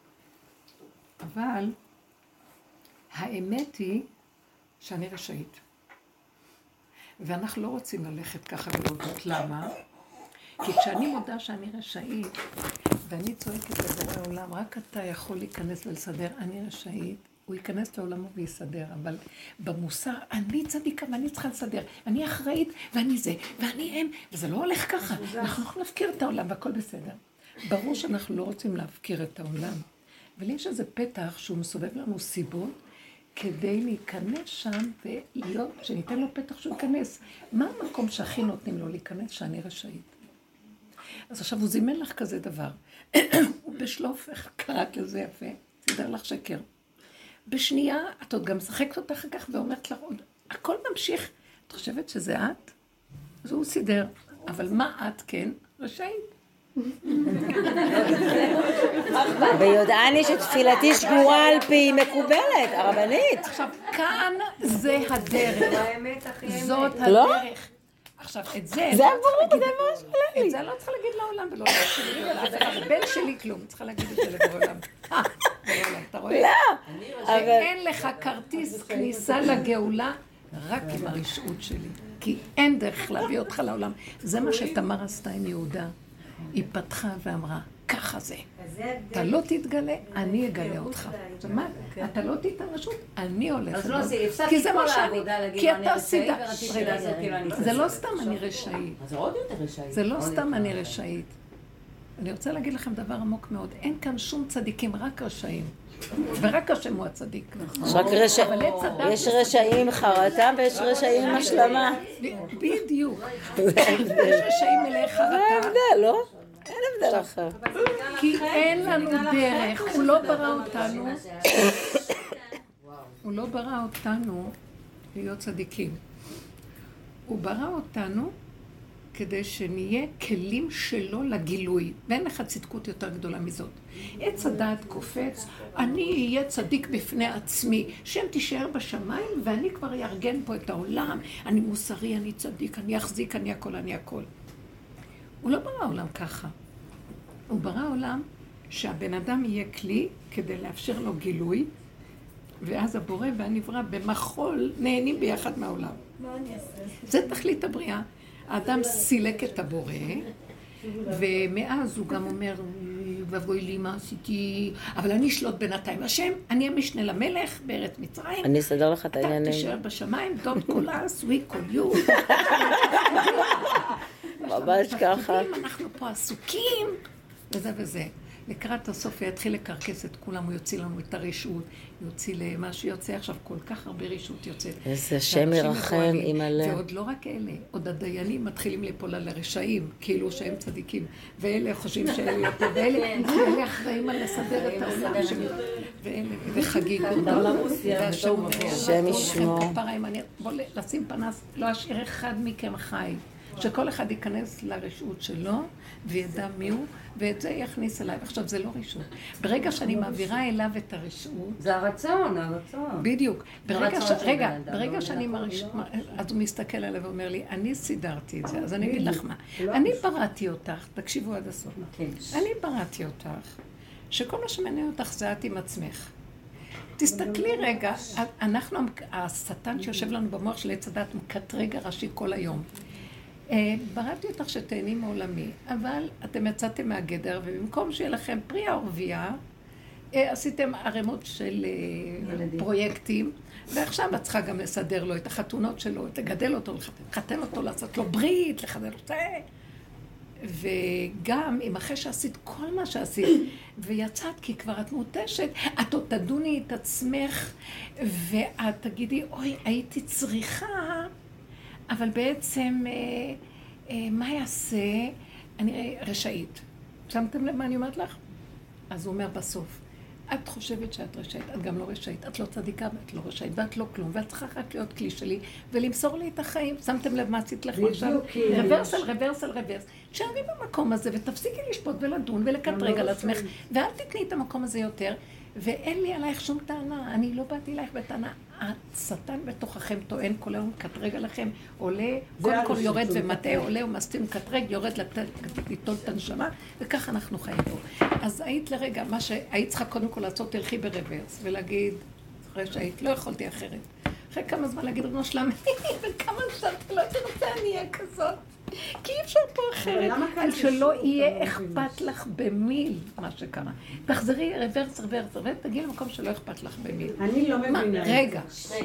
אבל האמת היא שאני רשאית. ואנחנו לא רוצים ללכת ככה ולהודות למה. כי כשאני מודה שאני רשאית, ואני צועקת לבורא העולם, רק אתה יכול להיכנס ולסדר, אני רשאית, הוא ייכנס לעולמו ויסדר, אבל במוסר, אני צדיקה ואני צריכה לסדר, אני אחראית ואני זה, ואני הם, וזה לא הולך ככה, אנחנו יכולים להפקיר את העולם והכל בסדר. ברור שאנחנו לא רוצים להפקיר את העולם, אבל יש איזה פתח שהוא מסובב לנו סיבות, כדי להיכנס שם ולהיות, שניתן לו פתח שהוא ייכנס. מה המקום שהכי נותנים לו להיכנס שאני רשאית? אז עכשיו הוא זימן לך כזה דבר. הוא בשלוף, איך קראת לזה יפה, סידר לך שקר. בשנייה, את עוד גם משחקת אותך אחר כך ואומרת לך עוד, הכל ממשיך. את חושבת שזה את? אז הוא סידר. אבל מה את כן? רשאית. ויודעני שתפילתי שגורה על פי מקובלת, הרבנית. עכשיו, כאן זה הדרך. זאת הדרך. עכשיו, את זה... זה ברור, זה מה שעולה לי. את זה לא צריכה להגיד לעולם ולא להגיד לבן שלי כלום. צריכה להגיד את זה לעולם. אתה רואה? לא. שאין לך כרטיס כניסה לגאולה רק עם הרשעות שלי. כי אין דרך להביא אותך לעולם. זה מה שתמר עשתה עם יהודה. היא פתחה ואמרה, ככה זה. אתה לא תתגלה, אני אגלה אותך. זאת אומרת, אתה לא תיתן רשות, אני הולכת. אז לא, הפסקתי כל העבודה להגיד, אני רשאית, ורציתי לעשות כאילו אני... זה לא סתם אני רשאית. אז זה עוד יותר רשאית. זה לא סתם אני רשאית. אני רוצה להגיד לכם דבר עמוק מאוד. אין כאן שום צדיקים, רק רשאים. ורק השם הוא הצדיק. יש רשאים חרטה ויש רשאים השלמה. בדיוק. יש רשאים מלאי חרטה. אין הבדל, לא? אין הבדל אחר. כי אין לנו דרך. הוא לא ברא אותנו. הוא לא ברא אותנו להיות צדיקים. הוא ברא אותנו כדי שנהיה כלים שלו לגילוי. ואין לך צדקות יותר גדולה מזאת. עץ הדעת קופץ, אני אהיה צדיק בפני עצמי, שם תישאר בשמיים ואני כבר יארגן פה את העולם, אני מוסרי, אני צדיק, אני אחזיק, אני הכל, אני הכל. הוא לא ברא עולם ככה. הוא ברא עולם שהבן אדם יהיה כלי כדי לאפשר לו גילוי, ואז הבורא והנברא במחול נהנים ביחד מהעולם. מה אני אעשה? זה תכלית הבריאה. האדם סילק את הבורא, ומאז הוא גם אומר, ובואי לי מה עשיתי, אבל אני אשלוט בינתיים. השם, אני המשנה למלך בארץ מצרים. אני אסדר לך את העניינים. אתה תישאר בשמיים, don't call us, we call you. ממש ככה. אנחנו פה עסוקים, וזה וזה. לקראת הסוף יתחיל לקרקס את כולם, הוא יוציא לנו את הרשעות, יוציא למה שיוצא עכשיו, כל כך הרבה רשעות יוצאת. איזה שם ירחם עם הלב. ועוד לא רק אלה, עוד הדיינים מתחילים ליפול על הרשעים, כאילו שהם צדיקים, ואלה חושבים שאלה יותר, ואלה אחראים על לסדר את העולם ואלה, וחגיגות. שם ישמור. בוא לשים פנס, לא אשאיר אחד מכם חי. שכל אחד ייכנס לרשות שלו, וידע מי הוא, ואת זה יכניס אליי. עכשיו, זה לא רשות. ברגע שאני מעבירה אליו את הרשות... זה הרצון, הרצון. בדיוק. ברגע שאני אז הוא מסתכל עליו ואומר לי, אני סידרתי את זה, אז אני אגיד לך מה. אני בראתי אותך, תקשיבו עד הסוף. אני בראתי אותך, שכל מה שמעניין אותך זה את עם עצמך. תסתכלי רגע, אנחנו, השטן שיושב לנו במוח של עץ הדת, מקטרג ראשי כל היום. בראתי אותך שתהני מעולמי, אבל אתם יצאתם מהגדר, ובמקום שיהיה לכם פרי הערבייה, עשיתם ערימות של פרויקטים, ועכשיו את צריכה גם לסדר לו את החתונות שלו, לגדל אותו, לחתן אותו, לעשות לו ברית, לחדל אותו. וגם אם אחרי שעשית כל מה שעשית, ויצאת כי כבר את מותשת, את עוד תדוני את עצמך, ואת תגידי, אוי, הייתי צריכה, אבל בעצם, מה יעשה? אני רשאית. שמתם לב מה אני אומרת לך? אז הוא אומר בסוף, את חושבת שאת רשאית, את גם לא רשאית, את לא צדיקה ואת לא רשאית, ואת לא כלום, ואת צריכה רק להיות כלי שלי, ולמסור לי את החיים. שמתם לב מה עשית לך עכשיו? רוורסל, רוורסל, רוורס. שערי במקום הזה, ותפסיקי לשפוט ולדון ולקטרג על עצמך, ואל תתני את המקום הזה יותר, ואין לי עלייך שום טענה, אני לא באתי אלייך בטענה. השטן בתוככם טוען כל היום, קטרג עליכם, עולה, קודם כל יורד ומטעה, עולה ומסתים קטרג, יורד ליטול את הנשמה, וכך אנחנו חיים פה. אז היית לרגע, מה שהיית צריכה קודם כל לעשות, תלכי ברוורס, ולהגיד, אחרי שהיית, לא יכולתי אחרת. אחרי כמה זמן להגיד, רבנו שלמה, וכמה שאתה לא תרצה, אני אהיה כזאת. כי אי אפשר פה אחרת, על שלא יהיה אכפת לך במיל, מה שקרה. תחזרי רוורס, רוורס, רוורס, תגיעי למקום שלא אכפת לך במיל. אני לא מבינה. רגע,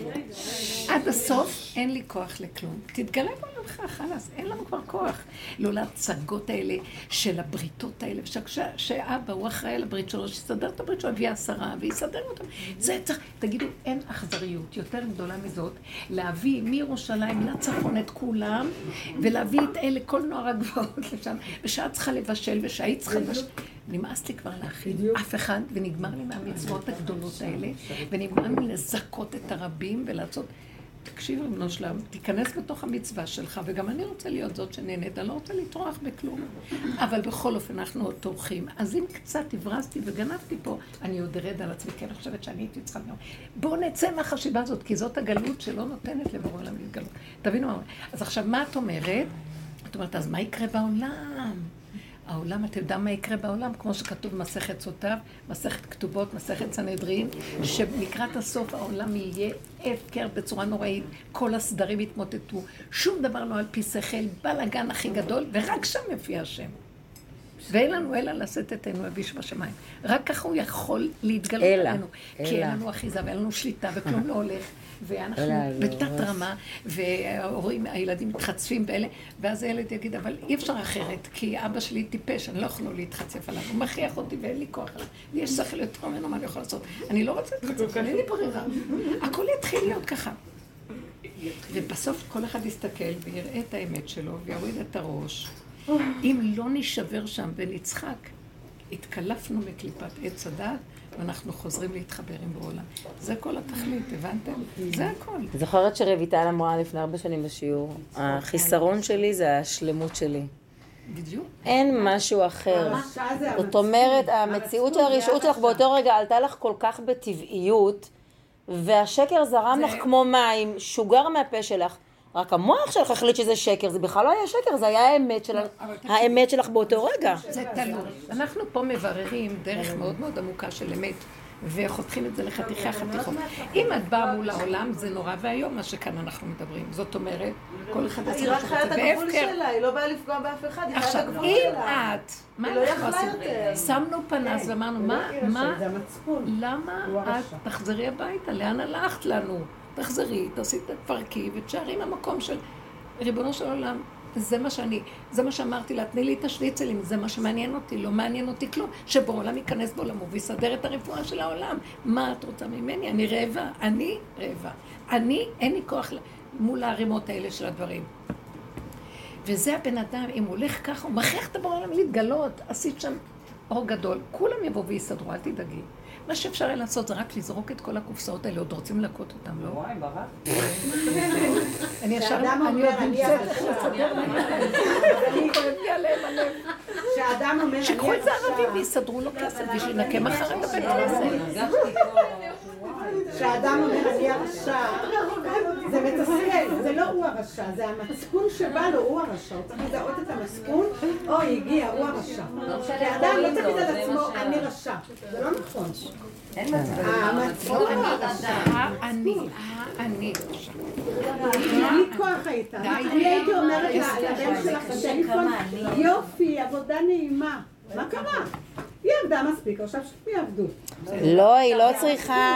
עד הסוף אין לי כוח לכלום. תתגלה בעולמך, חלאס, אין לנו כבר כוח. לא להצגות האלה של הבריתות האלה, שאבא הוא אחראי על הברית שלו, שיסדר את הברית שלו, הביא 10 ויסדר אותם. זה צריך, תגידו, אין אכזריות יותר גדולה מזאת, להביא מירושלים לצפון את כולם, ולהביא את אלה, כל נוער הגבעות לשם, ושאת צריכה לבשל, ושהיית צריכה לבשל. נמאס לי כבר להכין אף אחד, ונגמר לי מהמצוות הגדולות האלה, ונגמר לי לזכות את הרבים ולעשות... תקשיב, רבנו שלם, תיכנס בתוך המצווה שלך, וגם אני רוצה להיות זאת שנהנית, אני לא רוצה לטרוח בכלום. אבל בכל אופן אנחנו עוד טורחים. אז אם קצת הברזתי וגנבתי פה, אני עוד ארד על עצמי, כי אני חושבת שאני הייתי צריכה גם. בואו נצא מהחשיבה הזאת, כי זאת הגלות שלא נותנת לבורא עולם להתגלות. תבינו מה? אז עכשיו, מה את אומרת? את אומרת, אז מה יקרה בעולם? העולם, אתה יודע מה יקרה בעולם? כמו שכתוב מסכת סוטה, מסכת כתובות, מסכת סנהדרין, שלקראת הסוף העולם יהיה הפקר בצורה נוראית, כל הסדרים יתמוטטו, שום דבר לא על פי שכל, בלגן הכי גדול, ורק שם יופיע השם. ואין לנו אלא לשאת את עינו אביש בשמיים. רק ככה הוא יכול להתגלות עלינו. כי אין לנו אחיזה ואין לנו שליטה וכלום לא הולך. ואנחנו בתת רמה, והילדים מתחצפים באלה, ואז הילד יגיד, אבל אי אפשר אחרת, כי אבא שלי טיפש, אני לא יכולה להתחצף עליו, הוא מכריח אותי ואין לי כוח עליו, ויש שכל יותר ממנו מה אני יכולה לעשות. אני לא רוצה להתחצף, אין לי ברירה. הכל יתחיל להיות ככה. ובסוף כל אחד יסתכל ויראה את האמת שלו, ויוריד את הראש. אם לא נשבר שם ונצחק, התקלפנו מקליפת עץ הדת, ואנחנו חוזרים להתחבר עם בעולם. זה כל התכלית, הבנתם? זה הכל. זוכרת שרויטל אמרה לפני 4 שנים בשיעור, החיסרון שלי זה השלמות שלי. בדיוק. אין משהו אחר. זאת אומרת, המציאות של הרשעות שלך באותו רגע עלתה לך כל כך בטבעיות, והשקר זרם לך כמו מים, שוגר מהפה שלך. רק המוח שלך החליט שזה שקר, זה בכלל לא היה שקר, זה היה האמת שלך באותו רגע. זה תלוי. אנחנו פה מבררים דרך מאוד מאוד עמוקה של אמת, וחותכים את זה לחתיכי החתיכות. אם את באה מול העולם, זה נורא והיום מה שכאן אנחנו מדברים. זאת אומרת, כל אחד היא רק חיה את הגבול שלה, היא לא באה לפגוע באף אחד, היא חיה את הגבול שלה. אם את, מה אנחנו עשינו? שמנו פנס ואמרנו, למה את תחזרי הביתה? לאן הלכת לנו? תחזרי, תעשי את הפרקי ותשארי מהמקום של ריבונו של עולם. זה מה שאמרתי לה, תני לי את השניצלים, זה מה שמעניין אותי, לא מעניין אותי כלום, שבעולם ייכנס בעולמו ויסדר את הרפואה של העולם. מה את רוצה ממני? אני רעבה, אין לי כוח מול הערימות האלה של הדברים. וזה הבן אדם, אם הוא הולך ככה, הוא מכריח את בעולם להתגלות, עשית שם אור גדול, כולם יבואו ויסדרו, אל תדאגי. מה שאפשר היה לעשות זה רק לזרוק את כל הקופסאות האלה, עוד רוצים לקות אותם, לא? וואי, ברק. אני עוד נמצאת איך לסדר להם. שיקחו את זה ערבים ויסדרו לו כסף בשביל נקם אחרי בבית כנסת. כשאדם אומר אני הרשע, זה מתסכל, זה לא הוא הרשע, זה המצפון שבא לו, הוא הרשע, הוא צריך לדעות את המצפון, אוי הגיע, הוא הרשע. כשאדם לא צריך לדעת עצמו, אני רשע, זה לא נכון. אין מצפון. המצפון הוא הרשע. אני רשע. בלי כוח הייתה. אני הייתי אומרת לבן שלך בטלפון, יופי, עבודה נעימה. מה קרה? היא עבדה מספיק, עכשיו שהם יעבדו. לא, היא לא צריכה,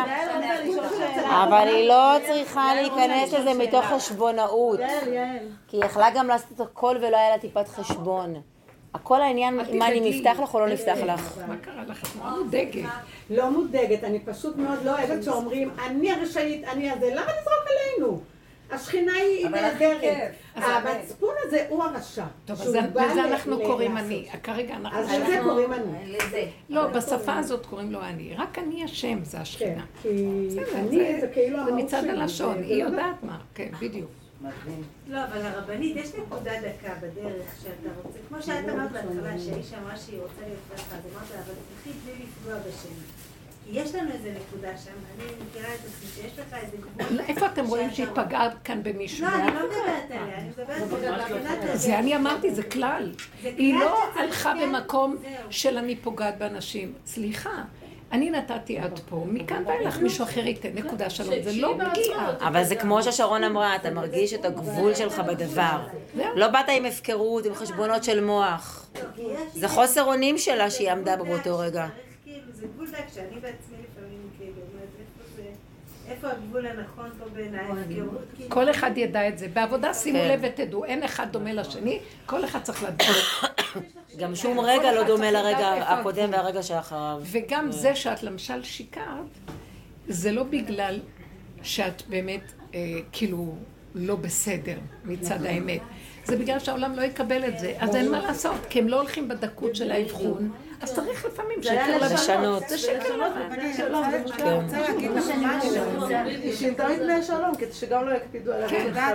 אבל היא לא צריכה להיכנס לזה מתוך חשבונאות. כי היא יכלה גם לעשות את הכל ולא היה לה טיפת חשבון. הכל העניין, מה אני נפתח לך או לא נפתח לך. מה קרה לך? את מאוד מודאגת. לא מודאגת, אני פשוט מאוד לא אוהבת שאומרים, אני הרשעית, אני הזה, למה לזרוק עלינו? השכינה היא נהדרת. המצפון הזה הוא הרשע. טוב, אז לזה אנחנו קוראים אני. כרגע אנחנו... אז לזה קוראים אני. לא, בשפה הזאת קוראים לו אני. רק אני השם, זה השכינה. כי אני זה כאילו זה מצד הלשון, היא יודעת מה. כן, בדיוק. לא, אבל הרבנית, יש נקודה דקה בדרך שאתה רוצה, כמו שאת אמרת בהתחלה, שהאיש אמרה שהיא רוצה להיות לך, אז אמרת לה, אבל תלכי בלי לפגוע בשם. כי יש לנו איזה נקודה שם, אני מכירה את עצמי, שיש לך איזה גבול... איפה אתם רואים שהיא פגעה כאן במישהו? לא, אני לא מדברת עליה, אני מדברת... זה אני אמרתי, זה כלל. היא לא הלכה במקום של אני פוגעת באנשים. סליחה. אני נתתי עד פה, מכאן ואילך מישהו אחר ייתן, נקודה שלום, זה לא מגיע. אבל זה כמו ששרון אמרה, אתה מרגיש את הגבול שלך בדבר. לא באת עם הפקרות, עם חשבונות של מוח. זה חוסר אונים שלה שהיא עמדה באותו רגע. זה גבול דק שאני בעצמי לפעמים כאילו, איפה הגבול הנכון פה בעיניי? כל אחד ידע את זה. בעבודה שימו לב ותדעו, אין אחד דומה לשני, כל אחד צריך לדעת. גם שום רגע לא דומה לרגע הקודם והרגע שאחריו. וגם זה שאת למשל שיקרת, זה לא בגלל שאת באמת כאילו לא בסדר מצד האמת. זה בגלל שהעולם לא יקבל את זה. אז אין מה לעשות, כי הם לא הולכים בדקות של האבחון. אז צריך לפעמים שקר לשנות. זה שקר לבן. אני רוצה להגיד לך משהו. היא שינתה את בני שלום, כדי שגם לא יקפידו עליו.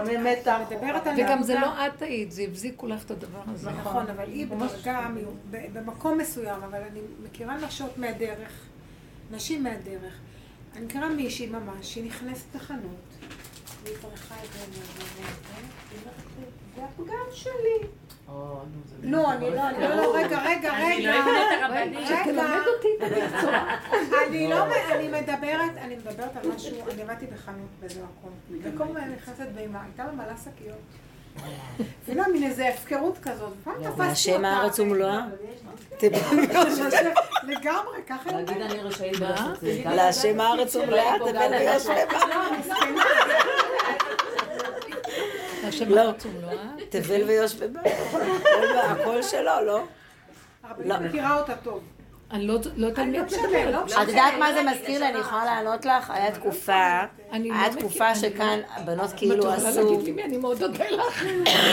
וגם זה לא את היית, זה הבזיקו לך את הדבר הזה. נכון, אבל היא בדרגה, במקום מסוים, אבל אני מכירה נשות מהדרך, נשים מהדרך. אני מכירה מישהי ממש, שהיא נכנסת לחנות, והיא פרחה את זה, זה הפגם שלי. לא, אני לא, רגע. תלמד אותי, אני מדברת על משהו, אני עבדתי בחנות באיזה מקום. וכל מה נכנסת באימה, הייתה לה מלא שקיות. ולא, מין איזה הפקרות כזאת. והשם הארץ ומלואה? לגמרי, ככה להגיד אני רשאית ברשות. להשם הארץ ומלואה, תבל ויש השם הארץ ומלואה? תבל ויש בבא. הכל שלו, לא? הרבנית מכירה אותה טוב. אני לא תלמיד מדברת. את יודעת מה זה מזכיר לי? אני יכולה לענות לך? היה תקופה שכאן הבנות כאילו עשו... אני מאוד אודה לך.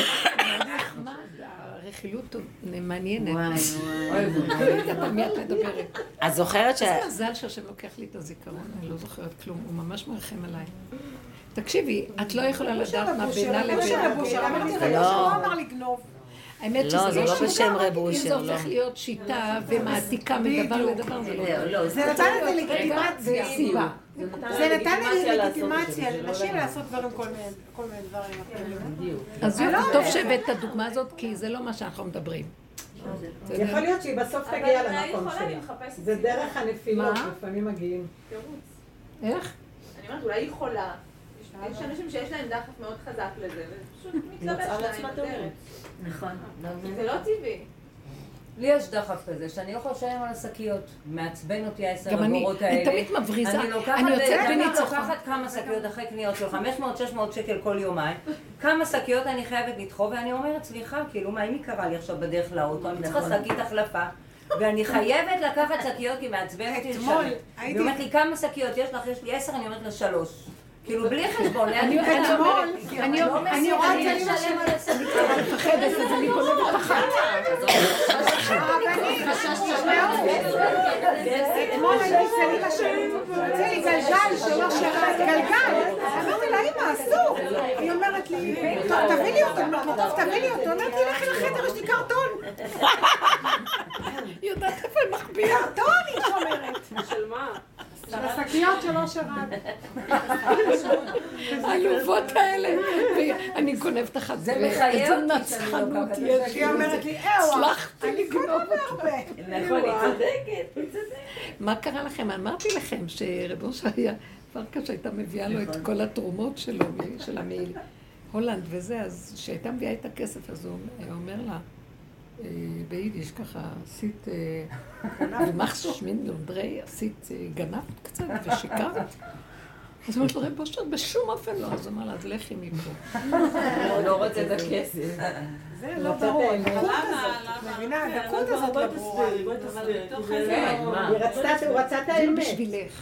הרכילות מעניינת. מי את מדברת? את זוכרת זה מזל שהשם לוקח לי את הזיכרון, אני לא זוכרת כלום, הוא ממש מרחם עליי. תקשיבי, את לא יכולה לדעת מה בינה לבין... לא אמר לגנוב. האמת שזה לא בשם רב אושר, אם זה הופך להיות שיטה ומעתיקה מדבר לדבר, זה לא. זה נתן את הלגיטימציה. זה נתן את הלגיטימציה לנשים לעשות דברים, כל מיני דברים. אז טוב שהבאת את הדוגמה הזאת, כי זה לא מה שאנחנו מדברים. יכול להיות שהיא בסוף תגיע למקום שלה. זה דרך הנפילות, לפעמים מגיעים. איך? אני אומרת, אולי היא חולה. יש אנשים שיש להם דחף מאוד חזק לזה, ופשוט מתלבש להם בדרך. נכון. זה לא טבעי. לי יש דחף כזה, שאני לא יכולה לשלם על השקיות. מעצבן אותי 10 אגורות האלה. אני תמיד מבריזה. אני לוקחת כמה שקיות אחרי קניות של 500-600 שקל כל יומיים. כמה שקיות אני חייבת לדחוף, ואני אומרת, סליחה, כאילו, מה אם היא קרה לי עכשיו בדרך לאוטו? אני צריכה שקית החלפה. ואני חייבת לקחת שקיות כי מעצבן אותי לשלם. היא אומרת לי, כמה שקיות יש לך? יש לי 10, אני אומרת לה 3. כאילו בלי חשבון, אני רואה את זה לי משהו על הסביב. אני מפחדת, אז אני גולבת אחת. אתמול הייתי צלי משהו, צלי גלגל, שלא שרת גלגל. אמרתי לה, אמא, אסור. היא אומרת לי, טוב, תביא לי אותו. טוב, תביא לי אותו. אמרתי, לכי לחדר, יש לי קרטון. קרטון היא שומרת. של מה? של השקיות שלא שרד. העלובות האלה. אני גונבת אחת. זה מחייב איזה נצחנות יש. היא אומרת לי, הצלחתי לגנוב אותה. נכון, היא צודקת. מה קרה לכם? אמרתי לכם שרב אושר היה, פרקש הייתה מביאה לו את כל התרומות שלו, שלה מהולנד וזה, אז כשהייתה מביאה את הכסף, אז הוא היה אומר לה, ביידיש ככה, עשית ומחש מינדלונדרי, עשית גנבת קצת ושיקרת. אז הוא אומר לו, רב אושר, בשום אופן לא. אז הוא אמר לה, אז לכי מפה. לא רוצה את הכסף. זה לא ברור, מבינה, הדקות הזאת לא ברורה. הוא רצה את האמת. בשבילך.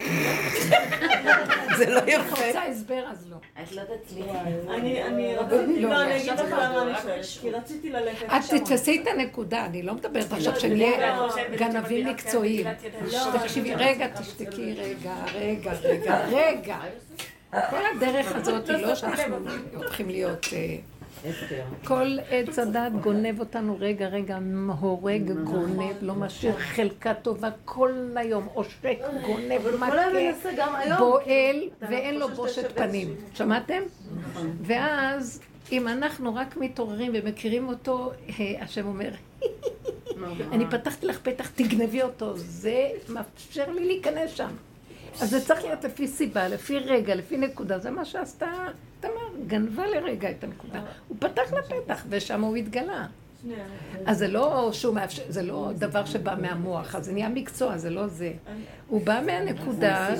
זה לא את יפה. רוצה הסבר, אז לא. את לא תצליחי. אני רציתי, לא, אני אגיד לך למה אני שואלת, כי רציתי ללכת שם. את תתפסי את הנקודה, אני לא מדברת עכשיו שנהיה גנבים מקצועיים. תקשיבי, רגע, תשתקי, רגע. כל הדרך הזאת היא לא שאנחנו הולכים להיות... כל עץ הדת גונב אותנו רגע, הורג, גונב, לא משאיר חלקה טובה כל היום, עושק, גונב, מכה, בועל, ואין לו בושת פנים. שמעתם? ואז, אם אנחנו רק מתעוררים ומכירים אותו, השם אומר, אני פתחתי לך פתח, תגנבי אותו, זה מאפשר לי להיכנס שם. אז זה צריך להיות לפי סיבה, לפי רגע, לפי נקודה, זה מה שעשתה תמר, גנבה לרגע את הנקודה. הוא פתח לפתח ושם הוא התגלה. אז זה לא שהוא מאפשר, זה לא דבר שבא מהמוח, אז זה נהיה מקצוע, זה לא זה. הוא בא מהנקודה,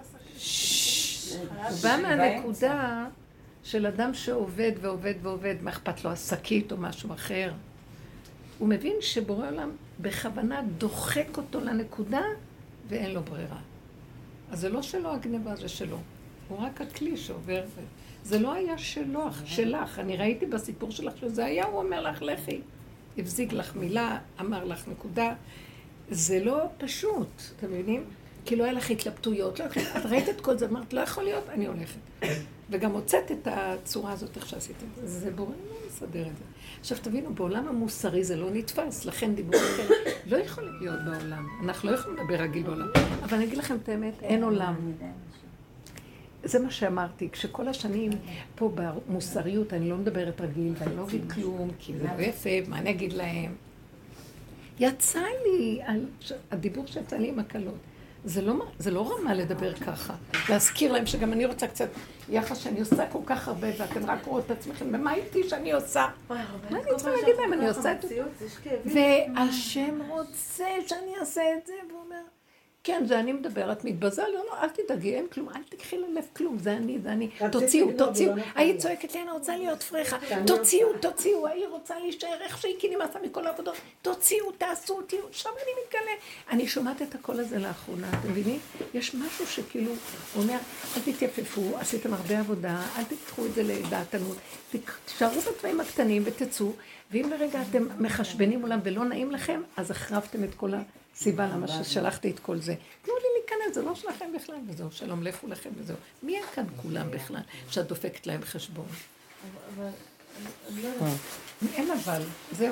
הוא בא מהנקודה של אדם שעובד ועובד, מה אכפת לו, השקית או משהו אחר. הוא מבין שבורא עולם בכוונה דוחק אותו לנקודה ואין לו ברירה. אז זה לא שלו הגניבה, זה שלו. הוא רק הכלי שעובר. זה לא היה שלך. אני ראיתי בסיפור שלך שזה היה, הוא אומר לך, לכי. הבזיג לך מילה, אמר לך נקודה. זה לא פשוט, אתם מבינים? כי לא היה לך התלבטויות. את ראית את כל זה, אמרת, לא יכול להיות, אני הולכת. וגם הוצאת את הצורה הזאת, איך שעשית את זה. זה בורא, לא מסדר את זה. עכשיו תבינו, בעולם המוסרי זה לא נתפס, לכן דיבורים כאלה לא יכולים להיות בעולם. אנחנו לא יכולים לדבר רגיל בעולם. אבל אני אגיד לכם את האמת, אין עולם. זה מה שאמרתי, כשכל השנים פה במוסריות אני לא מדברת רגיל, ואני לא אגיד כלום, כי זה לא יפה, מה אני אגיד להם? יצא לי, הדיבור שיצא לי עם הקלות. זה לא רמה לדבר ככה. להזכיר להם שגם אני רוצה קצת יחס שאני עושה כל כך הרבה, ואתם רק רואות את עצמכם, ומה איתי שאני עושה? מה אני צריכה להגיד להם? אני עושה את זה. והשם רוצה שאני אעשה את זה, והוא אומר, כן, זה אני מדבר, את מתבזה, לא, אל תדאגי, אין כלום, אל תקחי ללב כלום, זה אני, תוציאו. היא צועקת לי, אני רוצה להיות פרחה, תוציאו, היא רוצה להישאר איך שהיא כי נמאסה מכל העבודות, תוציאו, תעשו, תהיו, שם אני מתגלה. אני שומעת את הקול הזה לאחרונה, אתם מבינים? יש משהו שכאילו אומר, אל תתייפפו, עשיתם הרבה עבודה, אל תיקחו את זה לדעתנות, תשארו בצבעים הקטנים ותצאו, ואם לרגע אתם מחשבנים עולם ולא נעים לכם, אז החרבתם את כל סיבה למה ששלחתי את כל זה. תנו לי להיכנס, זה לא שלכם בכלל, וזהו, שלום לכו לכם, וזהו. מי הם כאן כולם בכלל, שאת דופקת להם חשבון? אין אבל, זהו.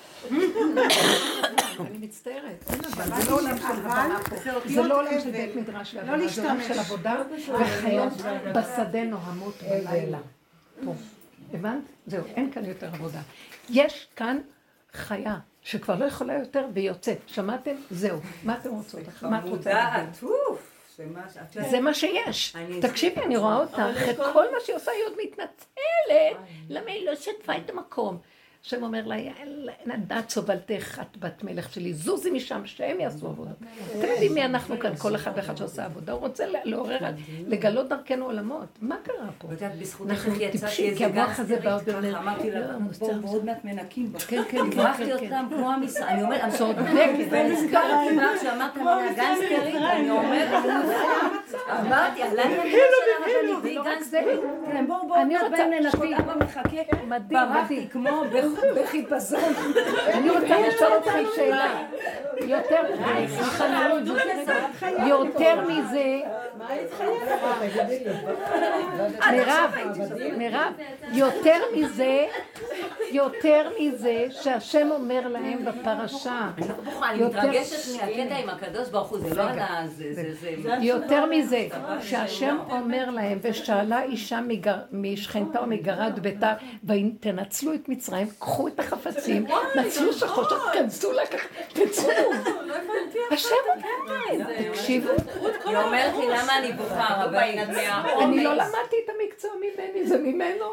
אני מצטערת, אין אבל, זה לא עולם של הבנה פה. זה לא עולם של בית מדרש והבנה, זה עולם של עבודה וחיות בשדה נוהמות בלילה. פה. הבנת? זהו, אין כאן יותר עבודה. יש כאן חיה. שכבר לא יכולה יותר ויוצאת. שמעתם? זהו. מה אתם רוצות? מה את רוצה להגיד? זה מה שיש. תקשיבי, אני רואה אותה. אחרי כל מה שהיא עושה, היא עוד מתנצלת. למה היא לא שטפה את המקום? השם אומר לה, נדעת סובלתך, את בת מלך שלי, זוזי משם, שהם יעשו עבודה. אתם יודעים מי אנחנו כאן, כל אחד ואחד שעושה עבודה, הוא רוצה לעורר, לגלות דרכנו עולמות. מה קרה פה? אנחנו טיפשים, כי המוח הזה בא עוד אומר, אמרתי לה, פה מאוד מעט מנקים בו. כן, הברכתי אותם כמו המשרה, אני אומרת, צודקת, ונזכרתי מה שאמרת מהגנסטרית, אני אומרת, אמרתי, עליי המילה של הרבנית, והיא גנסטרית, בואו נדבר לנקות, אבא מחכה, ברחתי כמו בחיפזון. אני רוצה לשאול אתכם שאלה. יותר מזה, מירב, יותר מזה, יותר מזה שהשם אומר להם בפרשה. אני מתרגשת מהקטע עם הקדוש ברוך הוא, זה לא עלה, יותר מזה, שהשם אומר להם, ושאלה אישה משכנתה או מגרד ביתה, ותנצלו את מצרים, קחו את החפצים, נצלו שחושות, כנסו לקחת, תצאו. השם אומר להם, תקשיבו. היא אומרת לי למה אני בוכה, רבנית, אני לא למדתי את המקצוע ממני, זה ממנו.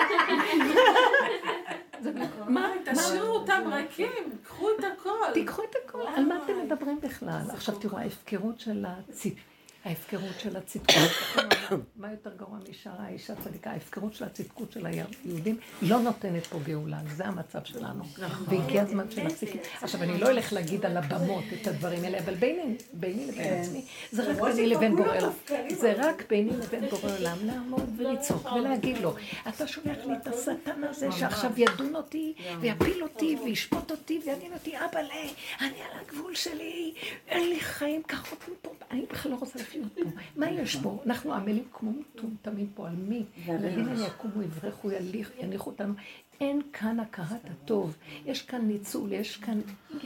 מה? תשאירו אותם ריקים, קחו את הכל. תיקחו את הכל, על מה אתם מדברים בכלל? עכשיו תראו, ההפקרות של הצדקות, מה יותר גרוע משאר האישה צדיקה? ההפקרות של הצדקות של היהודים לא נותנת פה גאולה, זה המצב שלנו. והגיע הזמן שנפסיק. עכשיו, אני לא אלך להגיד על הבמות את הדברים האלה, אבל ביני לבין עצמי, זה רק ביני לבין בורא עולם. זה רק ביני לבין בורא עולם, לעמוד ולצעוק ולהגיד לו, אתה שולח לי את השטן הזה שעכשיו ידון אותי ויפיל אותי וישפוט אותי וידין אותי, אבא לי, אני על הגבול שלי, אין לי חיים, קח אותי פה, אני בכלל לא רוצה לחיות פה. מה יש בו? אנחנו עמלים כמו מטומטמים פה, על מי? לדין הם יקומו, יברחו, יניחו אותנו. אין כאן הכרת הטוב. יש כאן ניצול, יש כאן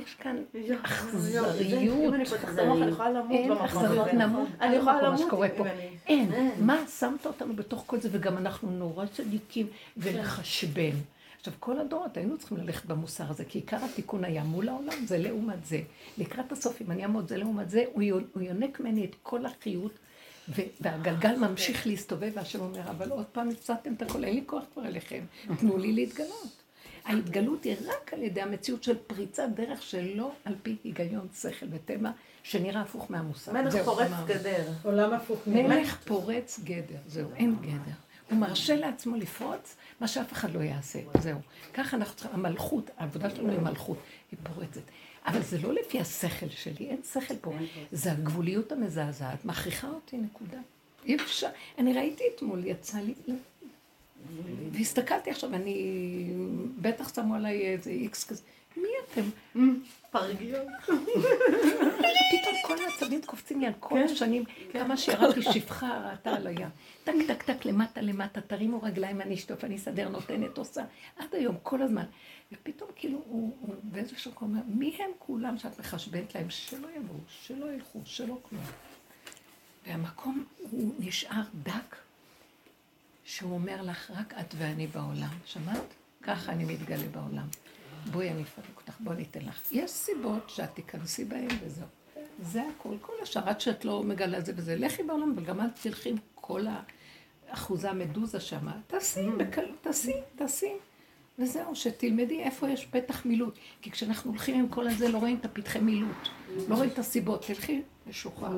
אכזריות. אין אכזריות, נמות. אני יכולה למות. אין. מה שמת אותנו בתוך כל זה, וגם אנחנו נורא צדיקים ולחשבן. עכשיו, כל הדורות היינו צריכים ללכת במוסר הזה, כי עיקר התיקון היה מול העולם, זה לעומת זה. לקראת הסוף, אם אני אעמוד זה לעומת זה, הוא יונק ממני את כל החיות, והגלגל ממשיך להסתובב, והשם אומר, אבל עוד פעם הפסדתם את הכל, אין לי כוח כבר אליכם, תנו לי להתגלות. ההתגלות היא רק על ידי המציאות של פריצת דרך שלא על פי היגיון, שכל וטבע, שנראה הפוך מהמוסר. מלך פורץ גדר. עולם הפוך. מלך פורץ גדר, זהו, אין גדר. הוא מרשה לעצמו לפרוץ מה שאף אחד לא יעשה, זהו. ככה אנחנו צריכים, המלכות, העבודה שלנו היא מלכות, היא פורצת. אבל זה לא לפי השכל שלי, אין שכל פה. זה הגבוליות המזעזעת, מכריחה אותי נקודה. אי אפשר, אני ראיתי אתמול, יצא לי, והסתכלתי עכשיו, אני בטח שמו עליי איזה איקס כזה, מי אתם? פרגיות. פתאום כל העצבים קופצים לי על כל השנים, כמה שירדתי שפחה ראתה על הים. טק, טק, טק, למטה, למטה, תרימו רגליים, אני אשטוף, אני אסדר, נותנת, עושה, עד היום, כל הזמן. ופתאום כאילו, הוא באיזשהו מקום אומר, מי הם כולם שאת מחשבנת להם? שלא יבואו, שלא ילכו, שלא כלום. והמקום הוא נשאר דק, שהוא אומר לך, רק את ואני בעולם. שמעת? ככה אני מתגלה בעולם. בואי אני אפרק אותך, בואי ניתן לך. יש סיבות שאת תיכנסי בהן וזהו. זה הכל, כל השאר, עד שאת לא מגלה זה וזה. לכי בעולם, אבל גם אל תלכי עם כל האחוזה המדוזה שם. תעשי. וזהו, שתלמדי איפה יש פתח מילוט. כי כשאנחנו הולכים עם כל הזה, לא רואים את הפתחי מילוט. לא רואים את הסיבות. תלכי לשוחרר.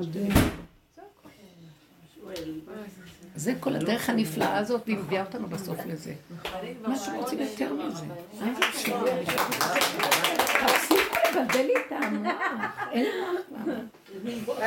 זה כל הדרך הנפלאה הזאת, והיא מביאה אותנו בסוף לזה. מה שרוצים יותר מזה. תפסיקו לבלבל לי את המוח. אין לך.